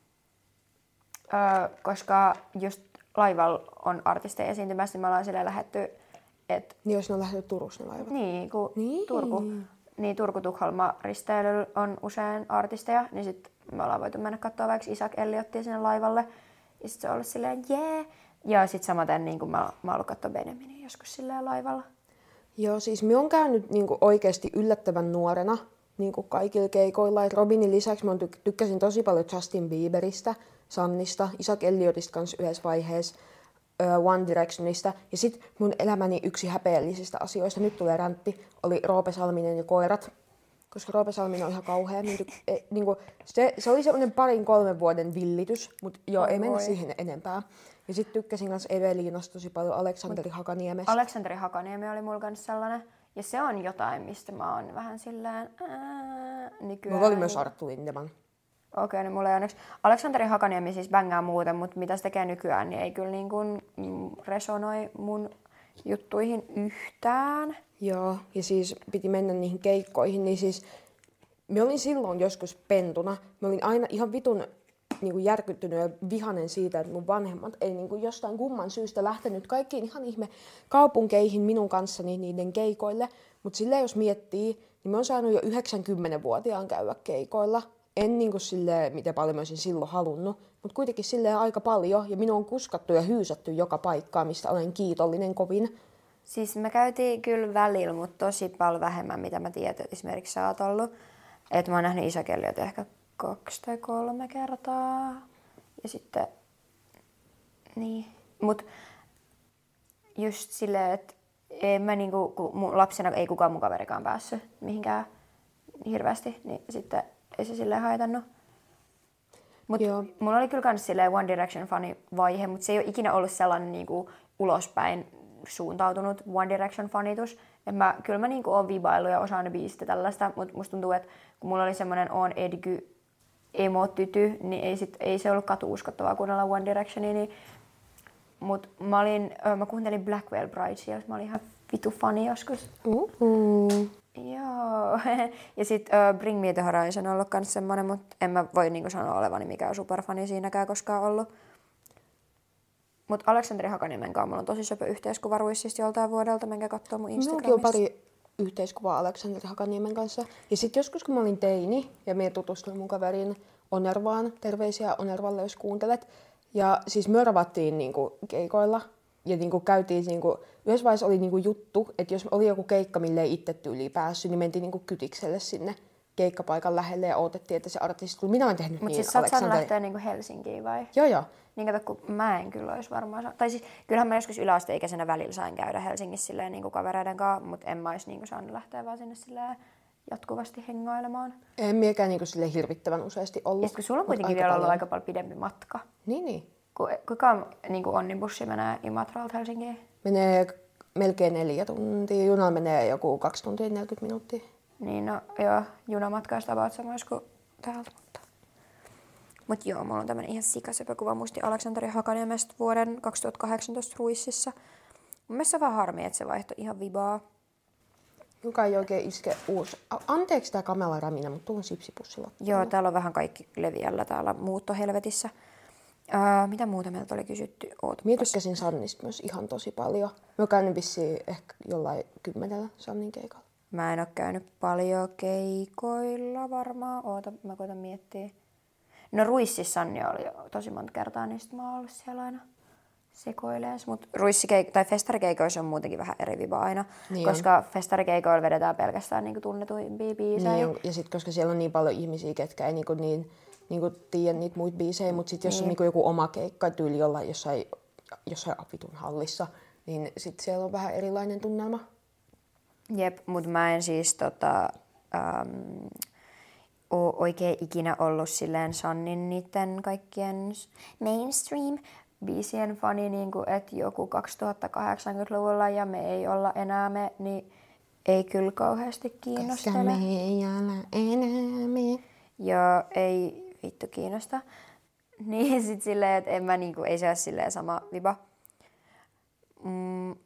Öö, koska just laivalla on artisteja esiintymässä, niin me ollaan silleen lähdetty, että... Niin jos ne on lähdetty Turussa ne laivat. Niin, kun niin. Turku. Niin Turku-Tukholma risteilyllä on usein artisteja, niin sit me ollaan voitu mennä katsoa vaikka Isaac Elliotia sinne laivalle. Ja sit se on ollut silleen jee. Yeah. Ja sit samaten niin mä, mä oon ollut katsoa Benjaminia joskus silleen laivalla. Joo, siis mä oon käynyt niinku oikeesti yllättävän nuorena niinku kaikilla keikoilla. Et Robinin lisäksi mä tyk- tykkäsin tosi paljon Justin Bieberistä, Sannista, Isaac Elliotista kanssa yhdessä vaiheessa, uh, One Directionista. Ja sit mun elämäni yksi häpeällisistä asioista, nyt tulee räntti, oli Roope Salminen ja koirat. Koska Roope Salminen on ihan kauhea. Niin, e, niinku, se, se oli semmonen parin kolmen vuoden villitys, mutta joo, oh, ei mennä siihen enempää. Ja sit tykkäsin kans Eveliinasta tosi paljon, Aleksanteri Hakaniemestä. Aleksanteri Hakaniemi oli mulla kans sellainen. Ja se on jotain, mistä mä oon vähän silleen ää, nykyään. Mulla oli myös Arttu Lindeman. Okei, okay, niin mulla ei onneksi. Aleksanteri Hakaniemi siis bängää muuten, mutta mitä se tekee nykyään, niin ei kyllä niin kuin resonoi mun juttuihin yhtään. Joo, ja siis piti mennä niihin keikkoihin, niin siis mä olin silloin joskus pentuna. Mä olin aina ihan vitun niin kuin järkyttynyt ja vihanen siitä, että mun vanhemmat ei niin kuin jostain kumman syystä lähtenyt kaikkiin ihan ihme kaupunkeihin minun kanssani niiden keikoille. Mutta silleen jos miettii, niin mä oon saanut jo yhdeksänkymmentävuotiaan käydä keikoilla. en niinku silleen, miten paljon mä olisin silloin halunnut, mutta kuitenkin silleen aika paljon. Ja minun on kuskattu ja hyysätty joka paikkaa, mistä olen kiitollinen kovin. Siis me käytiin kyllä välillä, mutta tosi paljon vähemmän, mitä mä tiedän, että esimerkiksi sä oot ollut. Että mä oon nähnyt isäkelliöt ehkä kaksi tai kolme kertaa. Ja sitten, niin. Mut just silleen, että en mä niinku, kun mun lapsena ei kukaan mun kaverikaan päässyt mihinkään hirveästi, niin sitten ei se silleen haitannut. Mut mulla oli kyllä kans silleen One Direction fani vaihe, mutta se ei ole ikinä ollut sellainen niinku ulospäin suuntautunut One Direction fanitus. Et mä, kyllä mä niinku oon vibaillut ja osaan ne biisit ja tällaista, mutta musta tuntuu, että kun mulla oli semmonen On Edgy emo-tyty, niin ei, sit, ei se ollut katu-uskottavaa kuunnella One Directionia. Niin, mut mä, olin, mä kuuntelin Black Veil Bridesia, mä olin ihan vitu fani joskus. Uh-huh. Joo. Ja sit uh, Bring Me The Horizon on ollut kans semmonen, mutta en mä voi niinku sanoa olevani mikään superfani siinäkään koskaan ollut. Mut Aleksanteri Hakaniemen kanssa mulla on tosi söpö yhteiskuva Ruissista joltain vuodelta, menkää kattoo mun Instagramista. Minullakin on pari yhteiskuvaa Aleksanteri Hakaniemen kanssa. Ja sit joskus kun mä olin teini ja me tutustuin mun kaverin Onervaan, terveisiä Onervalle jos kuuntelet. Ja siis me ravattiin niinku keikoilla ja niinku käytiin, niinku, yhdessä vaiheessa oli niinku juttu, että jos oli joku keikka, mille ei itse tyyliin päässyt, niin mentiin niinku kytikselle sinne keikkapaikan lähelle ja odotettiin, että se artisti tuli. Minä olen tehnyt Mut niin. Mutta siis sä oot saanut lähteä niinku Helsinkiin vai? Joo joo. Niin kato, kun mä en kyllä olisi varmaan saanut. Tai siis kyllähän mä joskus yläasteikäisenä välillä sain käydä Helsingissä silleen niinku kavereiden kanssa, mutta en mä olisi niinku saanut lähteä vaan sinne silleen jatkuvasti hengailemaan. En miekään niinku sille hirvittävän useasti ollut. Ja kun sulla on kuitenkin vielä ollut aika paljon pidempi matka. Niin, niin. Ku, kuinka niin onnibussi menee Imatralta Helsinkiin? Menee melkein neljä tuntia. Junalla menee joku kaksi tuntia neljäkymmentä minuuttia. Niin no joo, junamatka olisi about samoin kuin täältä. Mutta Mut joo, mulla on tämmönen ihan sikasöpö kuva muisti Aleksanteri Hakaniemestä vuoden kaksituhattakahdeksantoista Ruississa. Mun mielestä on vähän harmi, että se vaihtoi ihan vibaa. Joka ei oikein iske uusi. Anteeksi tää kamera räminä, mutta tuolla on sipsipussi loppuun. Joo, täällä on vähän kaikki leviällä täällä muuttohelvetissä. Ää, mitä muuta meiltä oli kysytty? Ootapas. Mie tykkäsin Sannista myös ihan tosi paljon. Mä oon käynyt vissiin ehkä jollain kymmenellä Sannin keikalla. Mä en oo käynyt paljon keikoilla varmaan. Oota, mä koitan miettiä. No Ruississa Sanni oli jo tosi monta kertaa, niin sit mä oon ollut siellä aina sekoilees. Mut ruissikeik- tai festarikeikoissa on muutenkin vähän eri viba aina, niin koska on. Festarikeikoilla vedetään pelkästään niinku tunnetuimpia biisejä. Niin, ja sit koska siellä on niin paljon ihmisiä, ketkä ei niinku niin, niinku tiedä niitä muita biisejä, mutta sit jos niin. on niinku joku oma keikka tyyli jollain jossain, jossain apitun hallissa, niin sit siellä on vähän erilainen tunnelma. Jep, mut mä en siis tota, ähm, oo oikein ikinä ollut silleen Sannin niitten kaikkien mainstream biisien fani, niin että joku kaksituhattakahdeksankymmentäluvulla ja me ei olla enää me, niin ei kyllä kauheasti kiinnostele. Koska me ei olla enää me. Joo, ei vittu kiinnosta. Niin sit silleen, että en mä niinku, ei se ole silleen sama viba. Mm.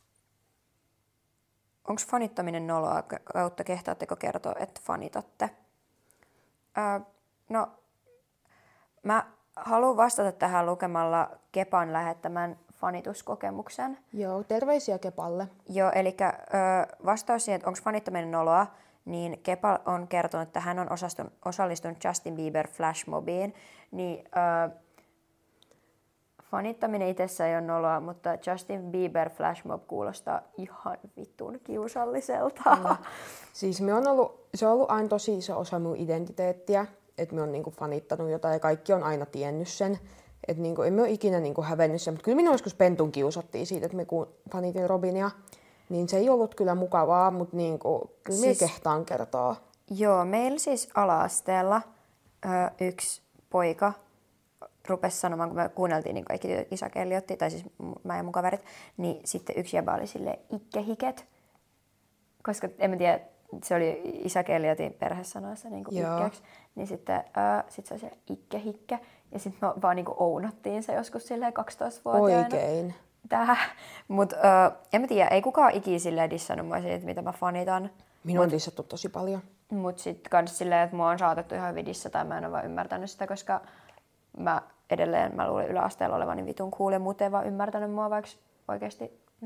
Onks fanittaminen noloa kautta kehtaatteko kertoa, että fanitatte? Öö, no, mä haluan vastata tähän lukemalla Kepan lähettämän fanituskokemuksen. Joo, terveisiä Kepalle. Joo, eli vastaus siihen, että onko fanittaminen noloa, niin Kepa on kertonut, että hän on osallistunut Justin Bieber flashmobiin. Niin, ö, fanittaminen itsessään ei ole noloa, mutta Justin Bieber flashmob kuulostaa ihan vitun kiusalliselta. Mm. Siis me on ollut, se on ollut aina tosi iso osa mun identiteettiä. Että me on niinku fanittanut jotain ja kaikki on aina tiennyt sen. Että niinku, en me ole ikinä niinku hävennyt sen. Mutta kyllä minua joskus pentun kiusattiin siitä, että me fanitin Robinia. Niin se ei ollut kyllä mukavaa, mutta niinku, kyllä siis, me kehtaan kertoa. Joo, meillä siis ala-asteella ö, yksi poika rupesi sanomaan, kun me kuunneltiin niin kaikki Isa-Kelliotti, tai siis mä ja mun kaverit, niin sitten yksi jäbä oli silleen ikkehiket. Koska en mä tiedä, se oli Isa-Kelliotin perhesanoissa niin ikkeeksi. Niin sitten äh, sit se oli se ikkehikke. Ja sitten me vaan niin ounattiin se joskus silleen kaksitoistavuotiaana. Oikein. Tää. Mut äh, en mä tiedä, ei kukaan ikinä silleen dissannut mua siitä, mitä mä fanitan. Minua on dissattu tosi paljon. Mut sit kans silleen, että mua on saatettu ihan hyvin dissata ja mä en ole vaan ymmärtänyt sitä, koska mä edelleen mä luulin yläasteella olevani vitun cool ja muut ei vaan ymmärtänyt mua, vaikka oikeesti niin.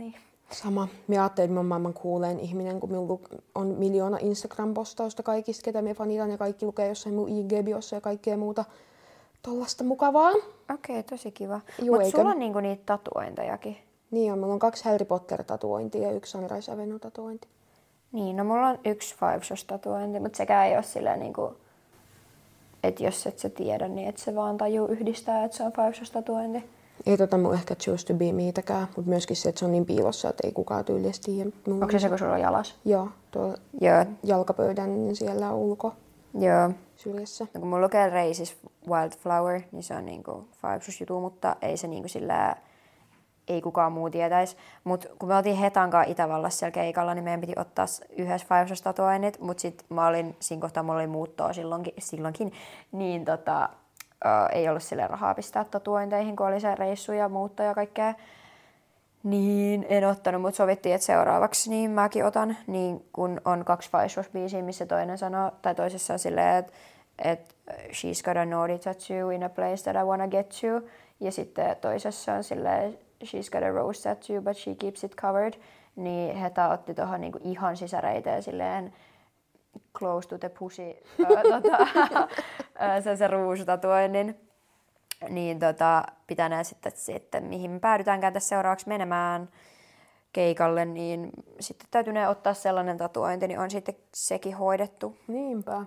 Sama. Mä ajattelin, että mä oon maailman kuuleen ihminen, kun minulla on miljoona Instagram-postausta kaikista, ketä me fanitan ja kaikki lukee jossain mun I G-biossa ja kaikkea muuta tollasta mukavaa. Okei, okay, tosi kiva. Juu, Mutta eikä... sulla on niinku niitä tatuointejakin. Niin on, mulla on kaksi Harry Potter-tatuointia ja yksi Sunrise Avenue-tatuointi. Niin, no mulla on yksi Five Shoes-tatuointi, mutta sekään ei ole silleen niinku, että jos et sä tiedä, niin et se vaan tajuu yhdistää, että se on Five Shoes-tatuointi. Ei tota mun ehkä Choose to be meitäkään, mutta myöskin se, että se on niin piilossa, että ei kukaan tyylisesti tiedä. Onko se se, kun sulla on jalas? Joo, tuolla Joo. jalkapöydän niin siellä ulko Joo. syrjässä. No, kun mulla lukee Raisis Wildflower, niin se on niinku Five Shoes-jutu, mutta ei se niinku sillä ei kukaan muu tietäisi. Mutta kun me oltiin Hetan kanssa Itävallassa siellä keikalla, niin meidän piti ottaa yhdessä Five Shoes-tatuoinnit, mutta sitten mä olin, siinä kohtaa mulla oli muuttoa silloinkin, silloinkin niin tota, ää, ei ollut sille rahaa pistää tatuointeihin, kun oli se reissu ja muutto ja kaikkea. Niin en ottanut, mutta sovittiin, että seuraavaksi niin mäkin otan, niin kun on kaksi Five Shoes-biisiä, missä toinen sanoo, tai toisessa on silleen, että et, she's got a naughty tattoo in a place that I wanna get to, ja sitten toisessa on silleen, she's got a rose tattoo, but she keeps it covered, niin Heta otti tuohon niinku ihan sisäreiteen silleen close to the pussy, ää, tota, sen se ruusutatuoinnin. Niin tota, pitänee sitten, sitten, mihin me päädytäänkään tässä seuraavaksi menemään keikalle, niin sitten täytyy ottaa sellainen tatuointi, niin on sitten sekin hoidettu. Niinpä.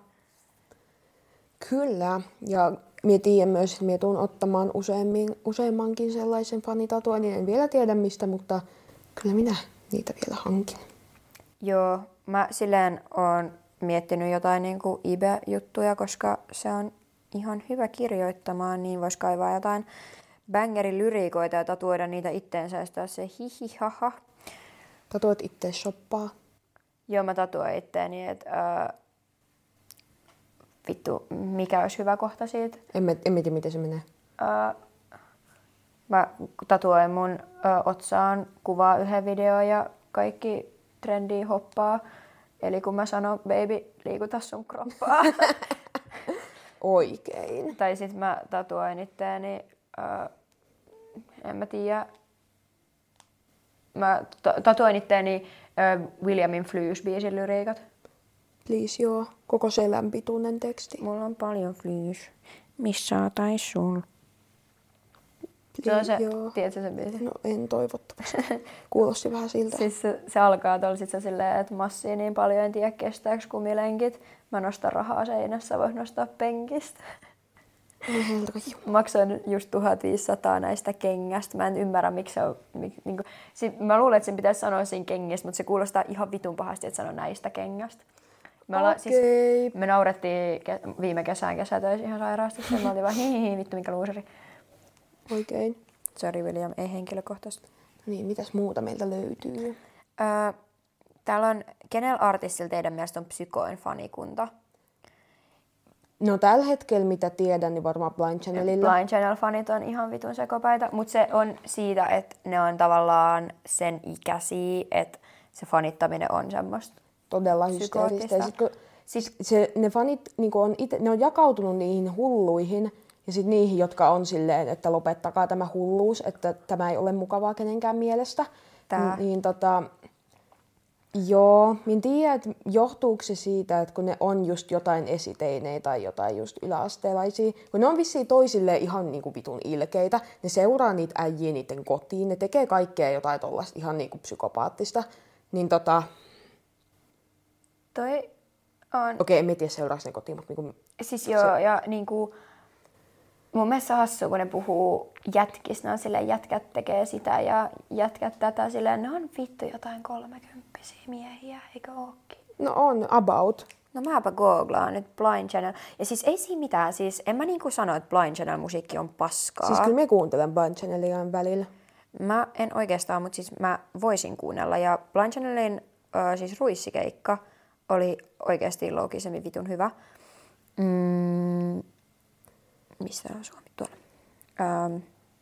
Kyllä. Ja minä tiedän myös, että minä tulen ottamaan useammin, useammankin sellaisen fanitatuoinnin. En vielä tiedä mistä, mutta kyllä minä niitä vielä hankin. Joo, mä silleen oon miettinyt jotain niin kuin I B-juttuja, koska se on ihan hyvä kirjoittamaan, niin vois kaivaa jotain bangerin lyriikoita ja tatuoida niitä itteensä ja sitten se hihihaha. Tatuoit itse shoppaa? Joo, mä tatuoin itteeni, että äh, vittu, mikä olisi hyvä kohta siitä. En, en tiedä, miten se menee. Äh, mä tatuoin mun äh, otsaan kuvaa yhden videon ja kaikki trendiä hoppaa. Eli kun mä sanon, baby, liikuta sun kroppaa. Oikein. Tai sit mä tatuoin itteeni, äh, en mä tiedä, mä t- tatuoin itteeni äh, Williamin Flues-biisin lyriikat. Please, joo. Koko selän pituinen teksti. Mulla on paljon Flues. Missä tais sul? Se on Please, se, joo. tiedätkö sen biisin? No en toivottavasti. Kuulosti vähän siltä. Siis se, se alkaa tuolla sit se silleen, että massii niin paljon, en tiedä kestääks kumilenkit. Mä nostan rahaa seinässä, vois nostaa penkistä. Maksoin just tuhatviisisataa näistä kengästä. Mä en ymmärrä, miksi se on. Mik, niinku, sit, mä luulen, että sen pitäisi sanoa siinä kengistä, mutta se kuulostaa ihan vitun pahasti, että sanoo näistä kengästä. Me, ollaan, Okei. siis, me naurettiin ke- viime kesään kesätöissä ihan sairaasti. Me oltiin vaan hihihi, vittu mikä luuseri. Oikein. Sorry William, ei henkilökohtaisesti. Niin, mitäs muuta meiltä löytyy? Öö, täällä on, kenellä artistilla teidän mielestä on Psykoin fanikunta? No tällä hetkellä, mitä tiedän, niin varmaan Blind Channelilla. Blind Channel-fanit on ihan vitun sekopäitä, mutta se on siitä, että ne on tavallaan sen ikäisiä, että se fanittaminen on semmoista Todella psykoottista. hysteeristä. Siis se, ne fanit niinku on ite, ne on jakautunut niihin hulluihin ja sitten niihin, jotka on silleen, että lopettakaa tämä hulluus, että tämä ei ole mukavaa kenenkään mielestä. Tää. Niin tota, joo, en tiedä, että johtuuko se siitä, että kun ne on just jotain esiteinejä tai jotain just yläasteelaisia, kun ne on vissiin toisilleen ihan niinku vitun ilkeitä, ne seuraa niitä äijiä niiden kotiin, ne tekee kaikkea jotain tollaista ihan niinku psykopaattista, niin tota... Toi on... Okei, en tiedä seuraako ne kotiin, mutta niinku... Siis joo, se... ja niinku... Mun mielestä se on hassua, kun ne puhuu jätkistä, ne on silleen, jätkät tekee sitä ja jätkät tätä, silleen, ne on vittu jotain kolmekymppisiä miehiä, eikö ookin? No on, about. No mäpä googlaan nyt Blind Channel. Ja siis ei siinä mitään, siis en mä niinku sano, että Blind Channel musiikki on paskaa. Siis kyllä me kuuntelen Blind Channelia välillä. Mä en oikeastaan, mutta siis mä voisin kuunnella. Ja Blind Channelin äh, siis ruissikeikka oli oikeasti loogisemmin vitun hyvä. Mm. Missä on Suomi? Tuolla. Ähm.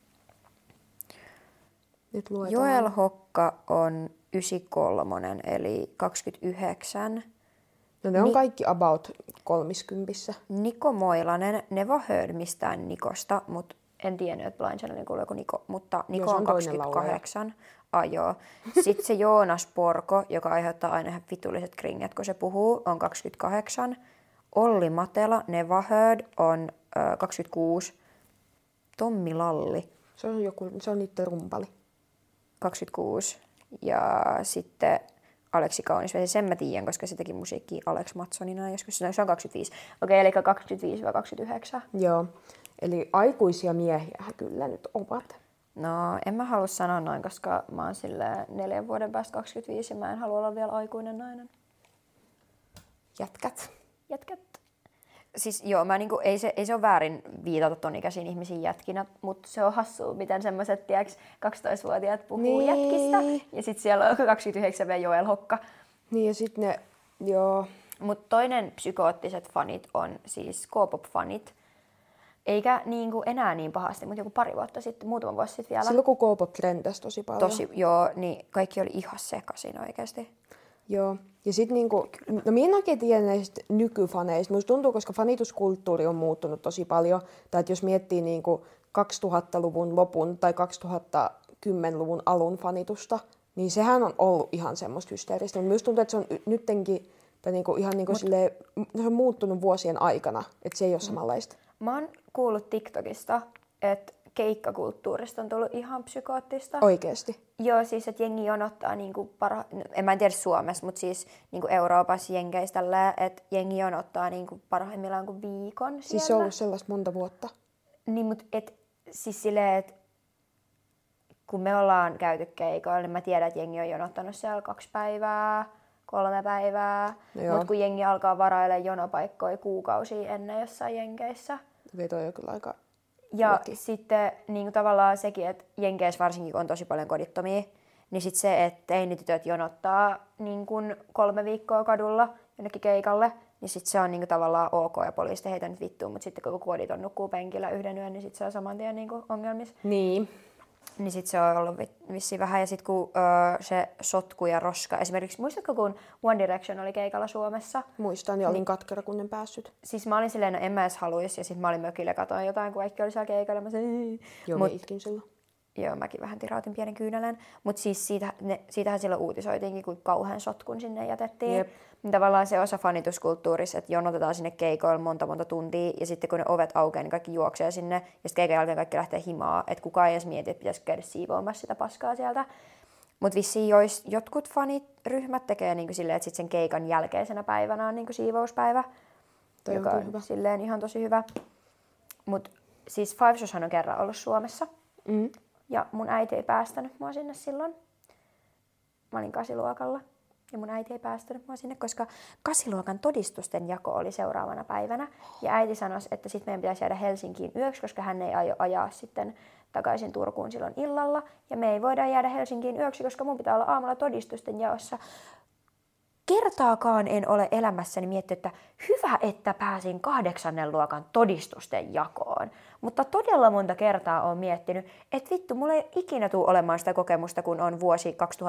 Nyt luetaan. Joel Hokka on yhdeksänkymmentäkolme, eli kaksikymmentäyhdeksän. No ne on Ni- kaikki about kolmiskymppissä. Niko Moilanen, never heard mistään Nikosta, mutta En tiennyt, että Blind Channelin kuuluu joku Niko, mutta Niko Joo, on, on kaksikymmentäkahdeksan. Ai joo. Sitten se Joonas Porko, joka aiheuttaa aina ihan vitulliset kringet, kun se puhuu, on kaksikymmentäkahdeksan. Olli Matela, Neva Heard, on ö, kaksikymmentäkuusi. Tommi Lalli. Se on, joku, se on niiden rumpali. kaksikymmentäkuusi. Ja sitten Aleksi Kaunisvesi, sen mä tiedän, koska se teki musiikkia Alex Matsonina joskus. Se on kaksikymmentäviisi. Okei, eli kaksikymmentäviisi kaksikymmentäyhdeksän. Joo, eli aikuisia miehiä kyllä nyt ovat. No, en mä halua sanoa noin, koska mä oon silleen neljän vuoden päästä kaksikymmentäviisi ja mä en halua olla vielä aikuinen nainen. Jätkät. Jätkät. Siis joo, mä niinku, ei, se, ei se ole väärin viitata ton ikäisiin ihmisiin jätkinä, mutta se on hassua, miten semmoiset, tiiäks, kaksitoistavuotiaat puhuu niin. jätkistä. Ja sit siellä on kaksikymmentäyhdeksän V Joel Hokka. Niin ja sit ne, joo. Mut toinen psykoottiset fanit on siis K-pop-fanit. Eikä niinku enää niin pahasti, mutta joku pari vuotta sitten, muutama vuosi sitten vielä. Silloin kun K-pop trendasi tosi paljon. Tosi, joo, niin kaikki oli ihan sekaisin oikeasti. Joo. Ja sit niinku, no minä en oikein tiedä näistä nykyfaneista. Musta tuntuu, koska fanituskulttuuri on muuttunut tosi paljon. Tai että jos miettii niinku kaksituhattaluvun lopun tai kaksituhattakymmenluvun alun fanitusta, niin sehän on ollut ihan semmoista hysteeristä. Mutta minusta tuntuu, että se on nyttenkin, tai niinku ihan niinku Mut, silleen, se on muuttunut vuosien aikana. Että se ei ole samanlaista. Mä oon kuullut TikTokista, että keikkakulttuurista on tullut ihan psykoottista. Oikeesti? Joo, siis että jengi jonottaa, niinku parha... en mä en tiedä Suomessa, mutta siis niinku Euroopassa jenkeistä tälleen, että jengi jonottaa niinku parhaimmillaan kuin viikon siellä. Siis se on ollut sellaista monta vuotta? Niin, mutta et, siis silleen, että kun me ollaan käyty keikoilla, niin mä tiedän, että jengi on jonottanut siellä kaksi päivää, kolme päivää. No mutta kun jengi alkaa varailemaan jonopaikkoja kuukausia ennen jossain jenkeissä. Okei, toi on kyllä aika... Ja Laki. sitten niin tavallaan sekin, että jenkeissä varsinkin kun on tosi paljon kodittomia, niin sitten se, että teinitytöt jonottaa niin kun kolme viikkoa kadulla jonnekin keikalle, niin sitten se on niin tavallaan ok ja poliisit heitä nyt vittuun, mutta sitten kun kodit on nukkuu penkillä yhden yön, niin sitten se on saman tien niin ongelmissa. Niin. Niin sitten se on ollut vissiin vähän. Ja sitten kun öö, se sotku ja roska, esimerkiksi muistatko kun One Direction oli keikalla Suomessa? Muistan ja olin niin, katkera kun en päässyt. Siis mä olin silleen, no en mä edes haluisi ja sitten mä olin mökillä ja katoin jotain, kun kaikki oli siellä keikalla. Mä sanoin, joo, Mut, itkin silloin. Joo, mäkin vähän tirautin pienen kyynälän. Mutta siis siitä, ne, siitähän silloin uutisoitiinkin, kun kauhean sotkun sinne jätettiin. Jep. Tavallaan se osa fanituskulttuurissa, että jonotetaan sinne keikoille monta monta tuntia ja sitten kun ne ovet aukeaa, niin kaikki juoksee sinne ja sitten keikan jälkeen kaikki lähtee himaa. Että kukaan ei edes mieti, että pitäisi käydä siivoamassa sitä paskaa sieltä. Mutta vissiin jois, jotkut fanit-ryhmät tekee niinku silleen, että sit sen keikan jälkeisenä päivänä on niinku siivouspäivä. Toi joka on, on silleen ihan tosi hyvä. Mutta siis Five Showshan on kerran ollut Suomessa. Mm. Ja mun äiti ei päästänyt mua sinne silloin. Mä olin kasiluokalla. Ja mun äiti ei päästänyt mua sinne, koska kasiluokan todistusten jako oli seuraavana päivänä. Ja äiti sanoi, että sitten meidän pitäisi jäädä Helsinkiin yöksi, koska hän ei aio ajaa sitten takaisin Turkuun silloin illalla. Ja me ei voida jäädä Helsinkiin yöksi, koska mun pitää olla aamulla todistusten jaossa. Kertaakaan en ole elämässäni miettinyt, että hyvä, että pääsin kahdeksannen luokan todistusten jakoon. Mutta todella monta kertaa olen miettinyt, että vittu, mulla ei ikinä tule olemaan sitä kokemusta, kun on vuosi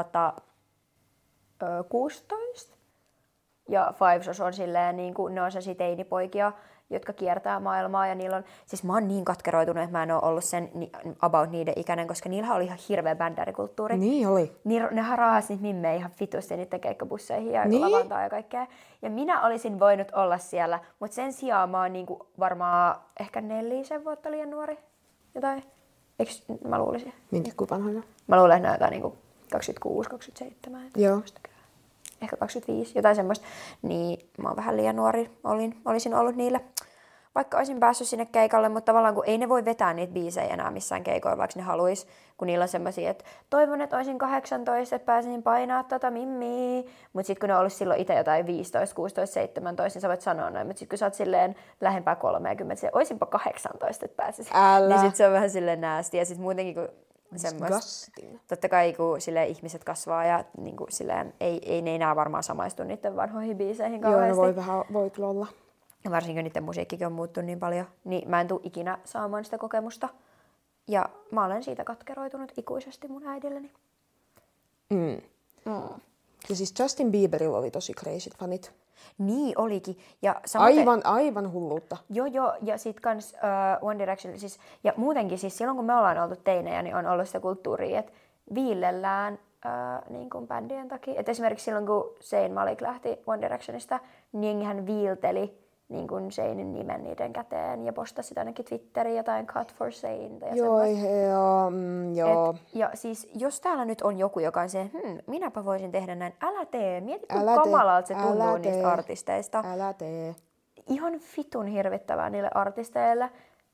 kaksituhattakuusitoista. Ja Five Shows on silleen, niin kuin, ne on sellaisia teinipoikia, jotka kiertää maailmaa. Ja niillä on, siis mä oon niin katkeroitunut, että mä en ole ollut sen about niiden ikäinen, koska niillä oli ihan hirveä bändärikulttuuri. Niin oli. Niin, ne harahasi niitä mimmejä ihan vitusti niiden keikkabusseihin ja niin? Lavantaa ja kaikkea. Ja minä olisin voinut olla siellä, mutta sen sijaan mä oon niinku varmaan ehkä nelisen vuotta liian nuori. Jotain. Eiks mä luulisin? Minkä kuinka vanhoina? Mä luulen, että näytään niinku kaksikymmentäkuusi kaksikymmentäseitsemän. Joo. Ehkä kaksikymmentäviisi, jotain semmoista. Niin mä oon vähän liian nuori, olin, olisin ollut niille. Vaikka olisin päässyt sinne keikalle, mutta tavallaan kun ei ne voi vetää niitä biisejä enää missään keikoilla, vaikka ne haluis, kun niillä on semmosia, että toivon, että olisin kahdeksantoista, että pääsin painaa tota mimmiä. Mutta sitten kun ne on ollut silloin itse jotain viisitoista, kuusitoista, seitsemäntoista, niin sä voit sanoa noin. Mutta sitten kun sä oot silleen lähempää kolmekymmentä, olisinpa kahdeksantoista, että pääsisin. Älä. Niin sit se on vähän silleen näästi. Ja sit muutenkin kun semmoista. Totta kai kun silleen, ihmiset kasvaa ja niin kuin, silleen, ei, ei ne enää varmaan samaistu niiden vanhoihin biiseihin kauheasti. Joo, no voi vähän voi kyllä olla. Ja varsinkin niiden musiikkikin on muuttunut niin paljon, niin mä en tule ikinä saamaan sitä kokemusta. Ja mä olen siitä katkeroitunut ikuisesti mun äidilleni. Mm. Mm. Ja siis Justin Bieberilla oli tosi crazyt fanit. Niin olikin. Ja samoin, Aivan, aivan hulluutta. Joo, joo. Ja sit kans uh, One Direction, siis, ja muutenkin siis silloin kun me ollaan oltu teinejä, niin on ollut sitä kulttuuria, että viillellään uh, niin kuin bändien takia. Et esimerkiksi silloin kun Zayn Malik lähti One Directionista, niin jengihän viilteli niin kuin Zaynin nimen niiden käteen ja postasi sitä ainakin Twitteriin jotain Cut for Zayn tai Joo, joo, mm, joo. Et, ja siis jos täällä nyt on joku, joka on se, hmm, minäpä voisin tehdä näin, älä tee, mieti kuinka kamalalta se tuntuu älä niistä tee, artisteista. Älä tee. Ihan vitun hirvittävää niille artisteille.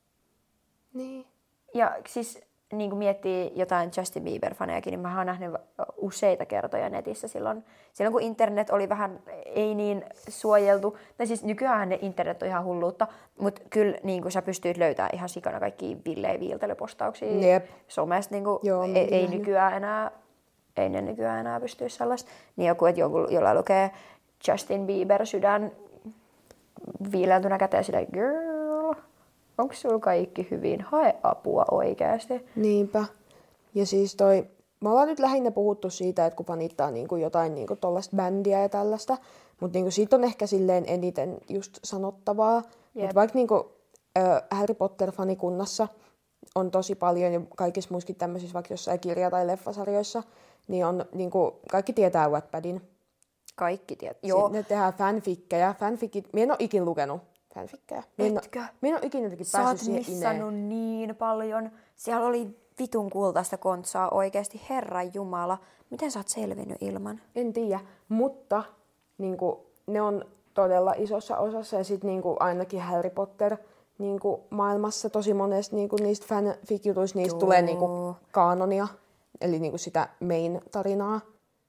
Niin. Ja siis niin kun miettii jotain Justin Bieber-fanejakin, niin mä oon nähnyt useita kertoja netissä silloin, silloin kun internet oli vähän ei niin suojeltu. Tai siis nykyään ne internet on ihan hulluutta, mutta kyllä niin kun sä pystyit löytämään ihan sikana kaikkia villejä viiltelypostauksia Jep. somesta. Niin Joo, ei, ei nykyään enää, ei ne nykyään enää pysty sellaista. Niin joku, että joku, jolla lukee Justin Bieber sydän viileiltynä käteen silleen, girl, onko sulla kaikki hyvin? Hae apua oikeasti. Niinpä. Ja siis toi, me ollaan nyt lähinnä puhuttu siitä, että kun fanittaa niinku jotain niinku tollaista bändiä ja tällaista, mutta niinku siitä on ehkä silleen eniten just sanottavaa. Mutta vaikka niinku, äh, Harry Potter-fanikunnassa on tosi paljon ja kaikissa muissakin tämmöisissä, vaikka jossain kirja- tai leffasarjoissa, niin on niinku, kaikki tietää Wattpadin. Kaikki tietää. Joo. Ne tehdään fanfikkejä. Fanfikit, minä en ole ikin lukenut fanfikkejä. Etkö? Minä en ole ikin jotenkin Sä päässyt oot siihen missannut ineen. niin paljon. Siellä oli vitun kultaista kontsaa oikeasti, Herran Jumala. Miten sä oot selvinnyt ilman? En tiedä, mutta niinku, ne on todella isossa osassa ja sitten niinku, ainakin Harry Potter niinku, maailmassa tosi monesti niinku, niistä fanfic-jutuista niistä tulee niinku, kaanonia, eli niinku, sitä main-tarinaa.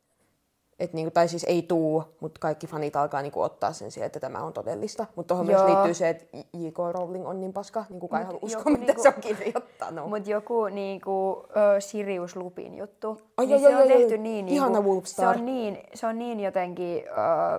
Et, niinku, tai siis ei tuu, mutta kaikki fanit alkaa niinku, ottaa sen siihen, että tämä on todellista. Mutta tuohon myös liittyy se, että J K. Rowling on niin paska, niin kukaan ei halua uskoa, mitä niinku, se on kirjoittanut. Mutta joku niinku, ö, Sirius Lupin juttu, Ai, niin ai, se ai, on ai, tehty ai. niin, Ihana niinku, Wolfstar. se on niin, se on niin jotenkin ö,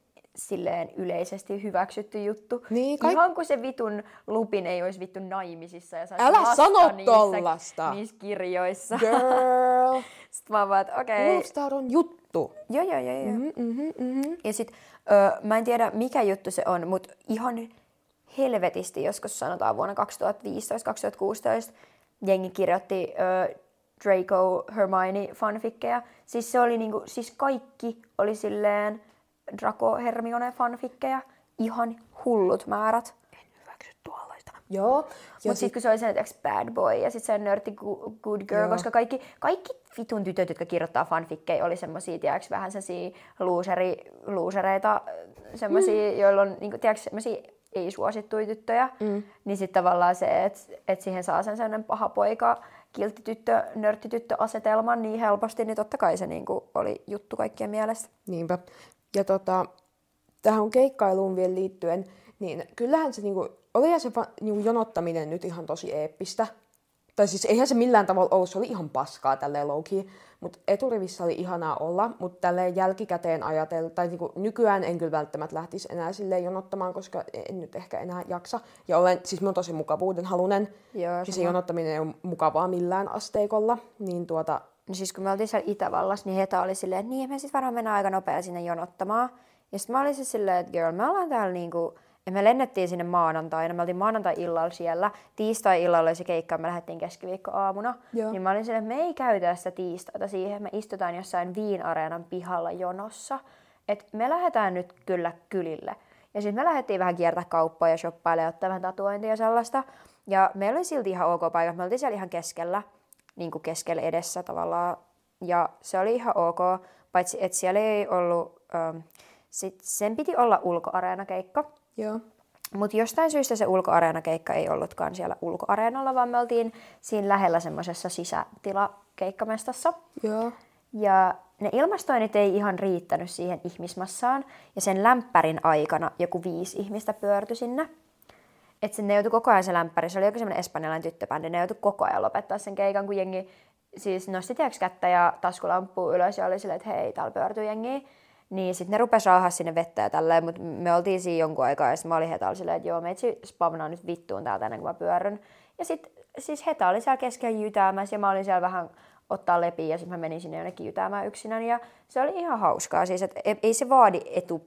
silleen yleisesti hyväksytty juttu. Niin, kaik- Ihan kuin se vitun Lupin ei olisi vittu naimisissa ja saisi Älä lasta sano niissä, tollasta. niissä kirjoissa. Girl! Sitten mä vaan, että okei. Okay. Wolfstar on juttu. Joo, joo, joo. joo. Mm-hmm, mm-hmm, mm-hmm. Ja sit, ö, mä en tiedä mikä juttu se on, mutta ihan helvetisti joskus sanotaan vuonna kaksituhattaviisitoista kaksituhattakuusitoista jengi kirjoitti ö, Draco Hermione fanfikkeja. Siis se oli niinku, siis kaikki oli silleen Draco Hermione fanfikkeja. Ihan hullut määrät. En hyväksy tuollaista. Joo. Mutta sitten sit, kun se oli sen bad boy ja sitten se nörtti good girl, joo. Koska kaikki, kaikki vitun tytöt, jotka kirjoittaa fanfikkejä, oli semmosia, tiedäks, vähän semmosia looseri, loosereita, semmosia, mm. joilla on, niinku, tiedäks, semmosia ei-suosittuja tyttöjä. Mm. Niin sitten tavallaan se, että et siihen saa sen sellainen paha poika, kilttityttö, nörttityttö-asetelman niin helposti, niin totta kai se niinku oli juttu kaikkien mielestä. Niinpä. Ja tota, tähän keikkailuun vielä liittyen, niin kyllähän se niinku, olihan se niinku jonottaminen nyt ihan tosi eeppistä. Tai siis eihän se millään tavalla ollut, se oli ihan paskaa tälleen low-key. Mutta eturivissä oli ihanaa olla, mutta tälleen jälkikäteen ajatella, tai niinku, nykyään en kyllä välttämättä lähtisi enää silleen jonottamaan, koska en nyt ehkä enää jaksa. Ja olen, siis mä oon tosi mukavuudenhalunen, Joo, ja se jonottaminen ei ole mukavaa millään asteikolla. Niin tuota... No siis kun me oltiin siellä Itävallassa, niin Heta oli silleen, että niin, me sit varmaan mennään aika nopea sinne jonottamaan. Ja sit mä olin siis silleen, että girl, me ollaan täällä niinku... Ja me lennettiin sinne maanantaina, me oltiin maanantai-illalla siellä. Tiistai-illalla oli se keikka, me lähdettiin keskiviikko-aamuna. Joo. Niin mä olin silleen, että me ei käytä sitä tiistaita siihen, me istutaan jossain Wien-areenan pihalla jonossa. Että me lähdetään nyt kyllä kylille. Ja sitten me lähdettiin vähän kiertää kauppaa ja shoppailemaan ja ottaa vähän tatuointia ja sellaista. Ja meillä oli silti ihan ok paikka, me oltiin siellä ihan keskellä, niin kuin keskellä edessä tavallaan. Ja se oli ihan ok, paitsi että siellä ei ollut, ähm, sit sen piti olla ulkoareenakeikka. Joo. Mutta jostain syystä se ulkoareenakeikka ei ollutkaan siellä ulkoareenalla, vaan me oltiin siinä lähellä semmoisessa sisätilakeikkamestassa. Joo. Ja ne ilmastoinnit ei ihan riittänyt siihen ihmismassaan, ja sen lämpärin aikana joku viisi ihmistä pyörtyi sinne. Että ne joutui koko ajan se lämpäri, se oli joku semmoinen espanjalainen tyttöbändi, ne joutui koko ajan lopettaa sen keikan, kun jengi siis nosti tiiäks kättä ja taskulamppua ylös ja oli silleen, että hei, täällä pyörtyy jengiä. Niin sitten ne rupes raahaa sinne vettä ja tälleen, mutta me oltiin siinä jonkun aikaa ja sitten mä olin Heta silleen, että joo, meitsi spavnaa nyt vittuun täältä ennen kuin mä pyörryn. Ja sitten siis Heta oli siellä keskellä jytäämässä ja mä olin siellä vähän ottaa lepiä ja sitten mä menin sinne jonnekin jytäämään yksinään ja se oli ihan hauskaa. Siis, että ei se vaadi etu,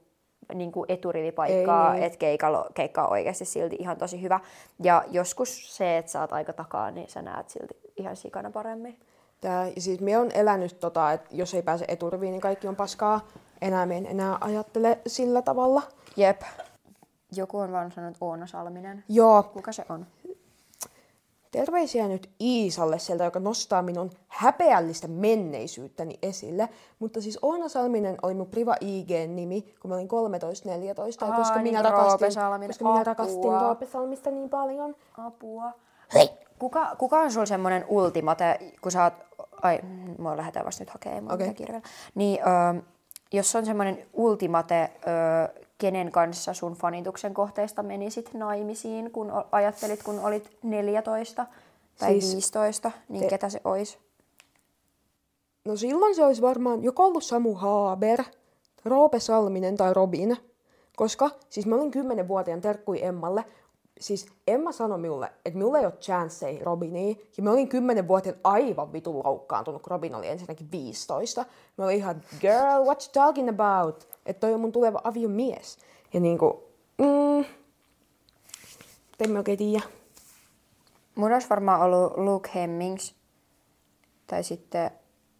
niinku eturivipaikkaa, niin. että keikka, keikka on oikeasti silti ihan tosi hyvä. Ja joskus se, että sä oot aika takaa, niin sä näet silti ihan sikana paremmin. Tää, ja siis mie on elänyt tota, että jos ei pääse eturiviin, niin kaikki on paskaa. Enää me en enää ajattele sillä tavalla. Jep. Joku on vaan sanonut Oona Salminen. Joo. Kuka se on? Terveisiä nyt Iisalle sieltä, joka nostaa minun häpeällistä menneisyyttäni esille. Mutta siis Oona Salminen oli mun priva I G-nimi, kun mä olin kolmetoista neljätoista. Aa, koska, niin minä Roope rakastin, Salminen. koska minä Apua. rakastin Roope Salmista niin paljon. Apua. Hei! Kuka, kuka on sulla semmonen ultimate, kun sä oot... Ai, mua lähdetään vasta nyt hakemaan. Okei. Okay. Niin, ö, jos on semmonen ultimate, ö, kenen kanssa sun fanituksen kohteista menisit naimisiin, kun o- ajattelit, kun olit neljätoista tai Siis viisitoista, niin te- ketä se ois? No silloin se olisi varmaan joko ollut Samu Haaber, Roope Salminen tai Robin. Koska siis mä olin kymmenvuotiaan terkkui Emmalle. Siis Emma sanoi minulle, että minulla ei ole chanceja Robinia. Ja mä olin kymmenvuotiaan aivan vitun loukkaantunut, kun Robin oli ensinnäkin viisitoista. Mä olin ihan, girl, what you talking about? Että toi on mun tuleva aviomies. Ja niinku, mm, en mä oikein tiedä. Mun olisi varmaan ollut Luke Hemmings. Tai sitten...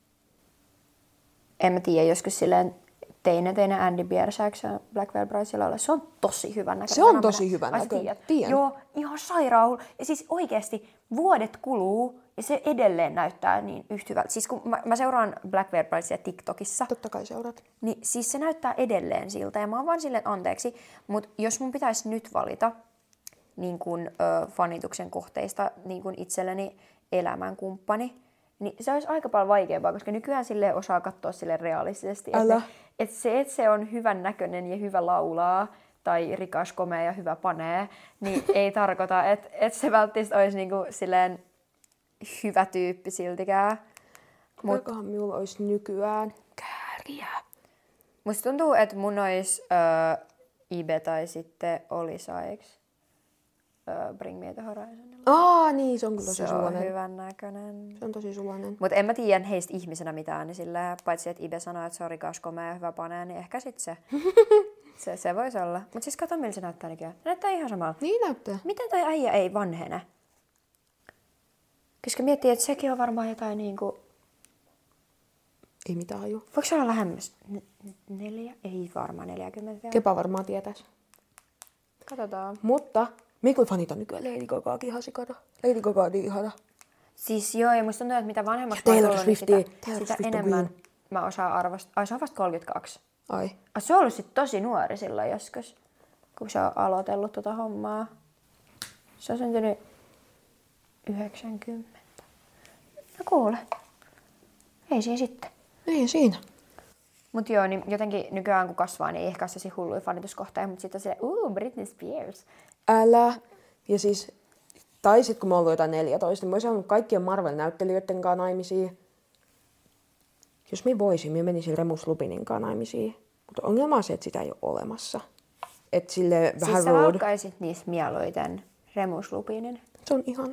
En mä tiedä, joskus silleen teine teine Andy Biersax ja Black Veil Brideilla olla. Se on tosi hyvän näköinen. Se on tosi hyvän Ai, sä näköinen. tiedät? Tiedän. Joo, ihan sairaan. Ja siis oikeesti vuodet kuluu ja se edelleen näyttää niin yhtä hyvältä. Siis kun mä, mä seuraan Black Veil Bridesia TikTokissa, Totta kai seuraat. niin siis se näyttää edelleen siltä. Ja mä oon vaan silleen anteeksi, mutta jos mun pitäisi nyt valita niin kun, ö, fanituksen kohteista niin kun itselleni elämänkumppani, niin se olisi aika paljon vaikeampaa, koska nykyään sille osaa katsoa sille realistisesti. Että Älä. et se, että se on hyvän näköinen ja hyvä laulaa, tai rikas, komea ja hyvä panee, niin ei tarkoita, että et se välttämättä olisi niinku silleen hyvä tyyppi siltikään. Mut Kuinkahan minulla olisi nykyään kääriä? musta tuntuu, että mun olisi äh, Ibe tai sitten Oli Sykes äh, Bring Me The Horizonilla. Aa, niin, se on kyllä tosi Se on sulainen. hyvän näköinen. Se on tosi sulainen. Mutta en mä tiedä heistä ihmisenä mitään, niin sillä paitsi että Ibe sanoo, että se on rikas, komea ja hyvä panee, niin ehkä sit se. se, se voisi olla. Mutta siis kato, miltä se näyttää nykyään. Se näyttää ihan samalla. Niin näyttää. Miten toi äijä ei vanhene? Koska miettii, että sekin on varmaan jotain niinku... Ei mitään aju. Voiko se olla lähemmäs? N- neljä? Ei varmaan neljäkymmentä vielä. Kepa varmaan tietäisi. Katsotaan. Mutta Mikkel fanita nykyään Lady Gagaakin ihan sikana. Lady Gaga on niin ihana. Siis joo, ja musta tuntuu, että mitä vanhemmaksi Ja mä oon Taylor tullut, niin Swiftia. sitä, Taylor sitä Swift on enemmän queen. mä osaan arvostaa. Ai, se on vasta kolmekymmentäkaksi. Ai. Ai, se on ollut sit tosi nuori silloin joskus, kun se on aloitellut tota hommaa. Se on syntynyt yhdeksänkymmentä. No kuule. Ei siinä sitten. Ei siinä. Mut joo, niin jotenkin nykyään kun kasvaa, niin ei ehkä ole sellaisia hulluja fanituskohteja, mutta sitten on silleen, uuu, Britney Spears. Älä. Ja siis, tai sit kun mä oon ollut jotain neljätoista, niin mä olisin halunnut kaikkien Marvel-näyttelijöiden kanssa naimisiin. Jos mä voisin, mä menisin Remus Lupinin kanssa naimisiin. Mutta ongelma on se, että sitä ei ole olemassa. Et sille vähän Siis sä rude. valkkaisit niistä mieluiten Remus Lupinin. Se on ihana.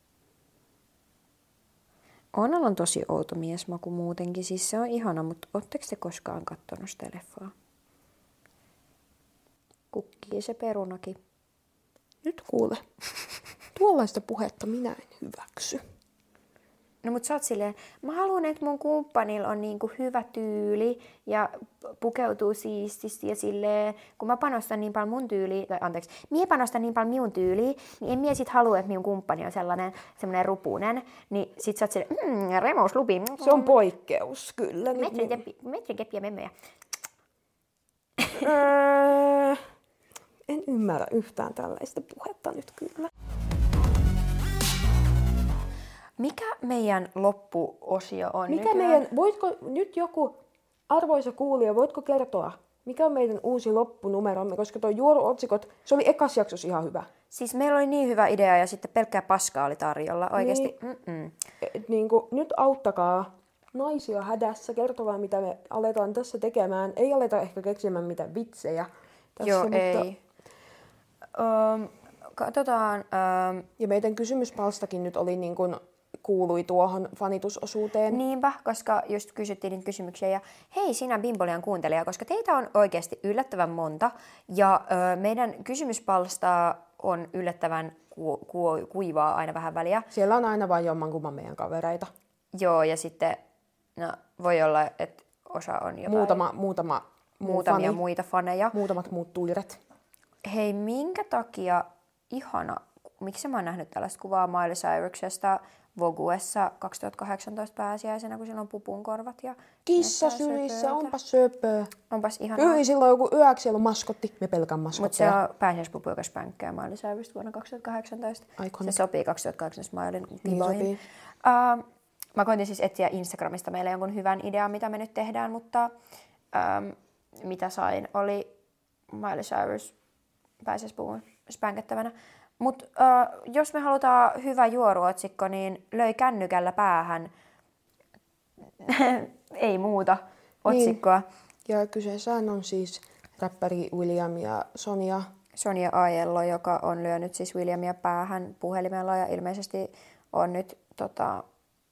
Onalla on tosi outo miesmaku muutenkin, siis se on ihana, mutta ootteko te koskaan kattonut sitä leffaa? Kukkii se perunakin. Nyt kuule. Tuollaista puhetta minä en hyväksy. No mut sä oot silleen, mä haluan, että mun kumppanilla on niinku hyvä tyyli ja pukeutuu siististi ja silleen, kun mä panostan niin paljon mun tyyliin, tai anteeksi, mie panostan niin paljon minun tyyliin, niin en mie sit halua, että minun kumppani on sellainen, semmoinen rupunen, niin sit sä oot silleen, mmm, Remus Lupin. Se on poikkeus, kyllä. Nyt Metrin, niin- keppi, metrin keppiä memmejä. Öö, en ymmärrä yhtään tällaista puhetta nyt kyllä. Mikä meidän loppuosio on Mikä nykyään? meidän, voitko nyt joku, arvoisa kuulija, voitko kertoa, mikä on meidän uusi loppunumeromme, koska tuo juoruotsikot, se oli ekas jaksossa ihan hyvä. Siis meillä oli niin hyvä idea ja sitten pelkkää paskaa oli tarjolla. Oikeesti. Niin. Et, niin kuin, nyt auttakaa naisia hädässä kertomaan, mitä me aletaan tässä tekemään. Ei aleta ehkä keksimään mitään vitsejä tässä, Joo, mutta... ei. Öm, katsotaan. Öm, Ja meidän kysymyspalstakin nyt oli niin kuin kuului tuohon fanitusosuuteen. Niinpä, koska just kysyttiin niitä kysymyksiä. Ja hei sinä Bimbolian kuuntelija, koska teitä on oikeasti yllättävän monta. Ja ö, meidän kysymyspalsta on yllättävän ku, ku, kuivaa aina vähän väliä. Siellä on aina vain jommankumman meidän kavereita. Joo, ja sitten no, voi olla, että osa on jotain... Muutama, muutama muu muutamia fani. muita faneja. Muutamat muut tuiret. Hei, minkä takia ihana... Miksi mä oon nähnyt tällaista kuvaa Miley Cyruksesta Voguessa kaksituhattakahdeksantoista pääsiäisenä, kun sillä on pupunkorvat ja... Kissa sylissä, onpa söpö. Onpas ihanaa. Kyllä, silloin joku yöksi siellä on maskotti. Me pelkään maskotteja. Mutta se on pääsiäispupu, joka spänkkää Miley Cyrusta vuonna kaksituhattakahdeksantoista. Iconic. Se sopii kaksituhattakahdeksantoista Mileyn Niin tiloihin. sopii. Uh, mä koitin siis etsiä Instagramista meille jonkun hyvän idean, mitä me nyt tehdään, mutta um, mitä sain oli Miley Cyrus pääsiäispuvun spänkättävänä. Mutta uh, jos me halutaan hyvä juoruotsikko, niin löi kännykällä päähän. Ei muuta otsikkoa. Niin. Ja kyseessään on siis räppäri William ja Sonia. Sonia Aiello, joka on lyönyt siis Williamia päähän puhelimella ja ilmeisesti on nyt tota,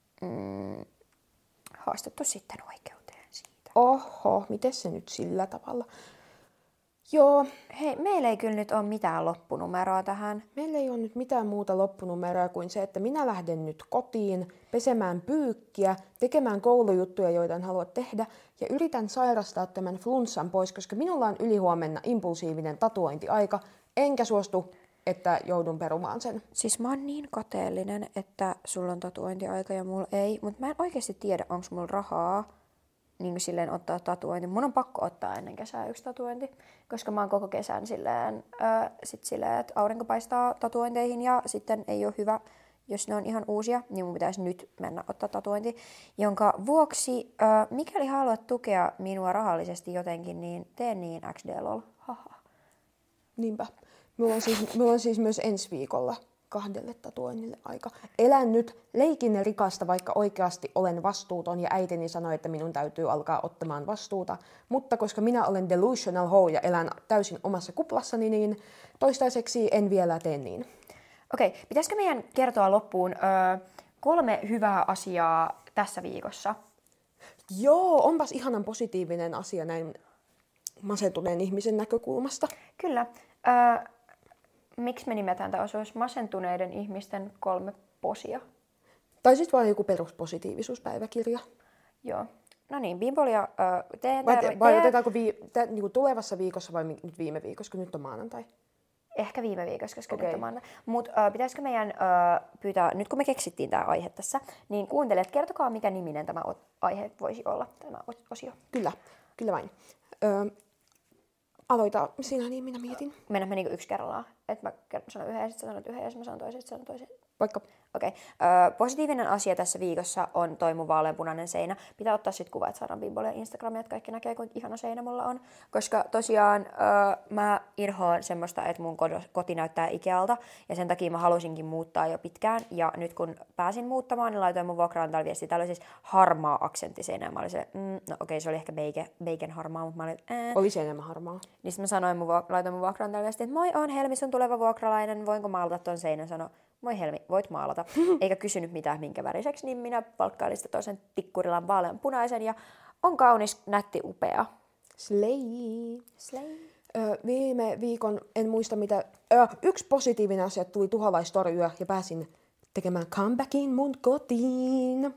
mm, haastettu sitten oikeuteen siitä. Oho, miten se nyt sillä tavalla? Joo. Hei, meillä ei kyllä nyt ole mitään loppunumeroa tähän. Meillä ei ole nyt mitään muuta loppunumeroa kuin se, että minä lähden nyt kotiin pesemään pyykkiä, tekemään koulujuttuja, joita en halua tehdä, ja yritän sairastaa tämän flunssan pois, koska minulla on ylihuomenna impulsiivinen tatuointiaika, enkä suostu, että joudun perumaan sen. Siis mä oon niin kateellinen, että sulla on tatuointiaika ja mulla ei, mutta mä en oikeasti tiedä, onko mulla rahaa niin kuin silleen ottaa tatuointi. Mun on pakko ottaa ennen kesää yksi tatuointi, koska mä oon koko kesän silleen, ää, sit silleen, että aurinko paistaa tatuointeihin ja sitten ei ole hyvä, jos ne on ihan uusia, niin mun pitäisi nyt mennä ottaa tatuointi, jonka vuoksi, ää, mikäli haluat tukea minua rahallisesti jotenkin, niin tee niin X D lol. Haha. Niinpä. Mulla on siis, mulla on siis myös ensi viikolla kahdelle tatuoinnille aika. Elän nyt leikin rikasta, vaikka oikeasti olen vastuuton ja äitini sanoi, että minun täytyy alkaa ottamaan vastuuta. Mutta koska minä olen delusional hoe ja elän täysin omassa kuplassani, niin toistaiseksi en vielä tee niin. Okei, pitäisikö meidän kertoa loppuun ö, kolme hyvää asiaa tässä viikossa? Joo, onpas ihanan positiivinen asia näin masentuneen ihmisen näkökulmasta. Kyllä. Ö, miksi me nimetään tämä osuus masentuneiden ihmisten kolme posia? Tai sitten vaan joku peruspositiivisuuspäiväkirja. Joo. No niin, Bimbolia, ö, teen... Vai, ter- vai teen- otetaanko vii, tä, niinku tulevassa viikossa vai nyt viime viikossa, kun nyt on maanantai? Ehkä viime viikossa, koska Okei. nyt on maanantai. Mutta pitäisikö meidän ö, pyytää, nyt kun me keksittiin tämä aihe tässä, niin kuuntelijat, kertokaa mikä niminen tämä o- aihe voisi olla, tämä o- osio. Kyllä, kyllä vain. Öö, aloita sinä, niin minä mietin. Mennään me niinku yksi kerrallaan. Että mä ker- sanon yhden, ja sitten sanot yhden, ja sitten mä sanon toisen, ja sitten sanon toisen. Vaikka Okei. Okay. Positiivinen asia tässä viikossa on toi mun vaaleanpunainen seinä. Pitää ottaa sit kuva, että saadaan Bimbolia Instagramia, että kaikki näkee, kuinka ihana seinä mulla on. Koska tosiaan ö, mä irhoan semmoista, että mun koti näyttää Ikealta. Ja sen takia mä halusinkin muuttaa jo pitkään. Ja nyt kun pääsin muuttamaan, niin laitoin mun vuokraantajalle viestiä. Täällä oli siis harmaa aksentti ja mä olin se, mm, no okei, okay, se oli ehkä bacon, bacon harmaa, mutta mä olin, ää. oli se enemmän harmaa. Niin sit mä sanoin, mun vuok- laitoin mun vuokraantajalle viestiä, että moi, oon Helmi, sun tuleva vuokralainen, voinko maalata ton seinän? Sano, moi Helmi, voit maalata. Eikä kysynyt mitään minkä väriseksi, niin minä palkkailin sitä toisen tikkurilan vaaleanpunaisen ja on kaunis, nätti, upea. Slay. Slay. Öö, viime viikon, en muista mitä, öö, yksi positiivinen asia, tuli tuholaistorjua ja pääsin tekemään comebackin mun kotiin.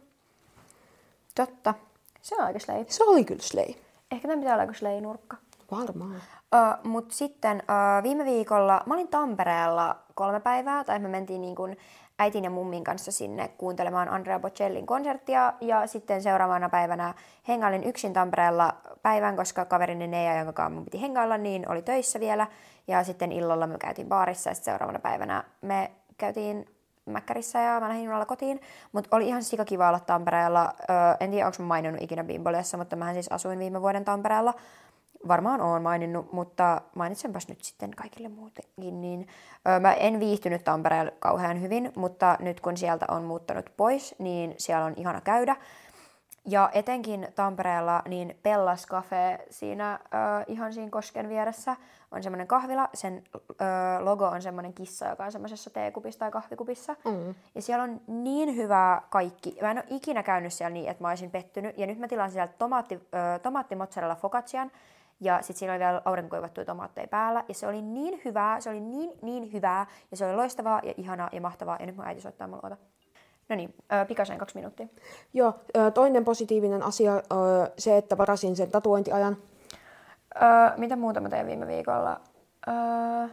Totta. Se on aika slay. Se oli kyllä slay. Ehkä tämä pitää olla aika slay-nurkka. Varmaan. Uh, Mutta sitten uh, viime viikolla mä olin Tampereella kolme päivää, tai me mentiin niin kun äitin ja mummin kanssa sinne kuuntelemaan Andrea Bocellin konserttia, ja sitten seuraavana päivänä hengailin yksin Tampereella päivän, koska kaverini Nea, jonka kanssa mun piti hengailla, niin oli töissä vielä, ja sitten illalla me käytiin baarissa, ja sitten seuraavana päivänä me käytiin Mäkkärissä ja mä lähdin junalla kotiin, mutta oli ihan sikakiva olla Tampereella. Öö, en tiedä, onko mä maininnut ikinä Bimboliassa, mutta mähän siis asuin viime vuoden Tampereella. Varmaan oon maininnut, mutta mainitsenpas nyt sitten kaikille muutenkin. Niin, öö, mä en viihtynyt Tampereella kauhean hyvin, mutta nyt kun sieltä on muuttanut pois, niin siellä on ihana käydä. Ja etenkin Tampereella niin Pellas Cafe siinä ö, ihan siinä kosken vieressä on semmoinen kahvila. Sen ö, logo on semmoinen kissa, joka on semmoisessa teekupissa tai kahvikupissa. Mm. Ja siellä on niin hyvää kaikki. Mä en ole ikinä käynyt siellä niin, että mä olisin pettynyt. Ja nyt mä tilaan sieltä tomaatti, ö, tomaatti mozzarella focaccian. Ja sitten siinä oli vielä aurinkoivattuja tomaatteja päällä. Ja se oli niin hyvää, se oli niin, niin hyvää. Ja se oli loistavaa ja ihanaa ja mahtavaa. Ja nyt mun äiti soittaa mulle, ota. No niin, pikaisen kaksi minuuttia. Joo, toinen positiivinen asia, se, että varasin sen tatuointiajan. Öö, mitä muuta mä tein viime viikolla? Öö...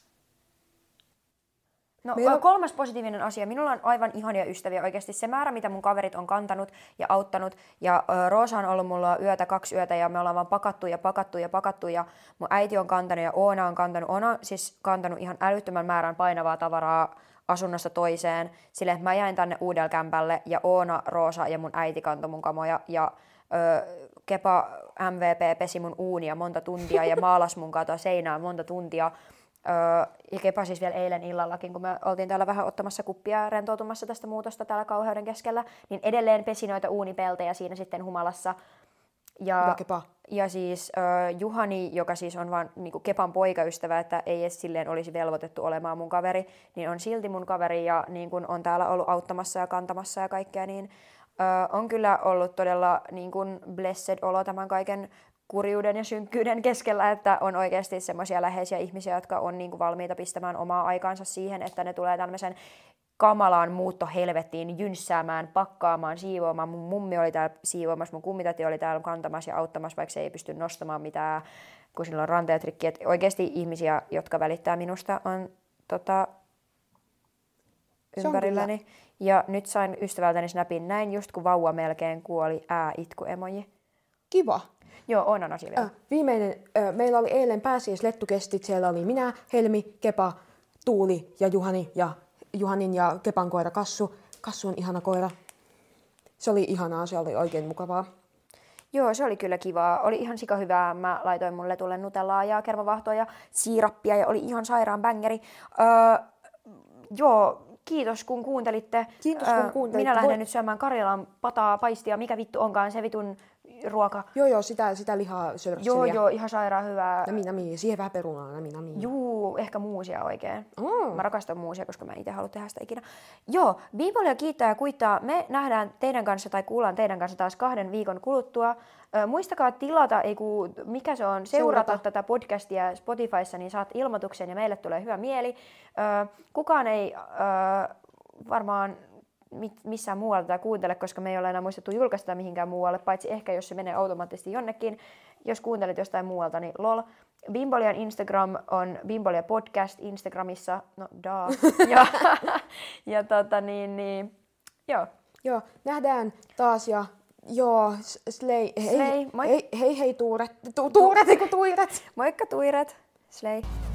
No, Meillä... kolmas positiivinen asia. Minulla on aivan ihania ystäviä oikeasti. Se määrä, mitä mun kaverit on kantanut ja auttanut. Ja ö, Roosa on ollut mulla yötä, kaksi yötä ja me ollaan vaan pakattu ja pakattu ja pakattu. Ja mun äiti on kantanut ja Oona on kantanut. Oona on siis kantanut ihan älyttömän määrän painavaa tavaraa asunnosta toiseen. Silleen, että mä jäin tänne uudelle kämpälle ja Oona, Roosa ja mun äiti kantoi mun kamoja. Ja ö, Kepa M V P pesi mun uunia monta tuntia ja maalasi mun katoa seinää monta tuntia. Öö, ja Kepa siis vielä eilen illallakin, kun me oltiin täällä vähän ottamassa kuppia ja rentoutumassa tästä muutosta täällä kauheuden keskellä, niin edelleen pesi noita uunipeltejä siinä sitten humalassa. Ja, Hyvä Kepa. Ja siis öö, Juhani, joka siis on vaan niinku Kepan poikaystävä, että ei edes silleen olisi velvoitettu olemaan mun kaveri, niin on silti mun kaveri ja niin kun on täällä ollut auttamassa ja kantamassa ja kaikkea, niin öö, on kyllä ollut todella niin kun blessed olo tämän kaiken kurjuuden ja synkkyyden keskellä, että on oikeasti semmoisia läheisiä ihmisiä, jotka on niinku valmiita pistämään omaa aikaansa siihen, että ne tulee tämmöisen kamalaan muuttohelvettiin jynssäämään, pakkaamaan, siivoamaan. Mun mummi oli täällä siivoamassa, mun kummitäti oli täällä kantamassa ja auttamassa, vaikka se ei pysty nostamaan mitään, kun sillä on ranteetrikki. Et oikeasti ihmisiä, jotka välittää minusta, on tota, ympärilläni. Ja nyt sain ystävältäni snapin näin, just kun vauva melkein kuoli, ää itku emoji. Kiva. Joo, on asia vielä. Äh, viimeinen, äh, meillä oli eilen pääsiäislettukestit, siellä oli minä, Helmi, Kepa, Tuuli ja Juhani ja Juhanin ja Kepan koira Kassu. Kassu on ihana koira. Se oli ihanaa, se oli oikein mukavaa. Joo, se oli kyllä kivaa. Oli ihan sika hyvää. Mä laitoin mun letulle nutellaa ja kermavahtoa ja siirappia ja oli ihan sairaan bängeri. Öö, joo, kiitos kun kuuntelitte. Kiitos kun kuuntelitte. Minä lähden Voi... nyt syömään Karjalan pataa, paistia, mikä vittu onkaan se vitun ruoka. Joo, joo, sitä, sitä lihaa sörsseliä. Joo, joo, ihan sairaan hyvää. Nami, nami. Siihen vähän perunaa, nami, nami. Juu, ehkä muusia oikein. Mm. Mä rakastan muusia, koska mä en itse halua tehdä sitä ikinä. Joo, Biipolia kiittää ja kuittaa. Me nähdään teidän kanssa tai kuullaan teidän kanssa taas kahden viikon kuluttua. Ö, muistakaa tilata, ei ku, mikä se on, seurata, seurata tätä podcastia Spotifyssa, niin saat ilmoituksen ja meille tulee hyvä mieli. Ö, kukaan ei ö, varmaan missään muualla tätä kuuntele, koska me ei ole enää muistettu julkaista sitä mihinkään muualle, paitsi ehkä jos se menee automaattisesti jonnekin. Jos kuuntelet jostain muualta, niin lol. Bimbolian Instagram on Bimbolia Podcast Instagramissa, no daa. ja, ja tota niin, niin, joo. Joo, nähdään taas ja joo, slay, hei, slay. Moi. hei, hei, hei tuuret, tu, tuuret, eiku tuiret. Moikka tuiret, slay.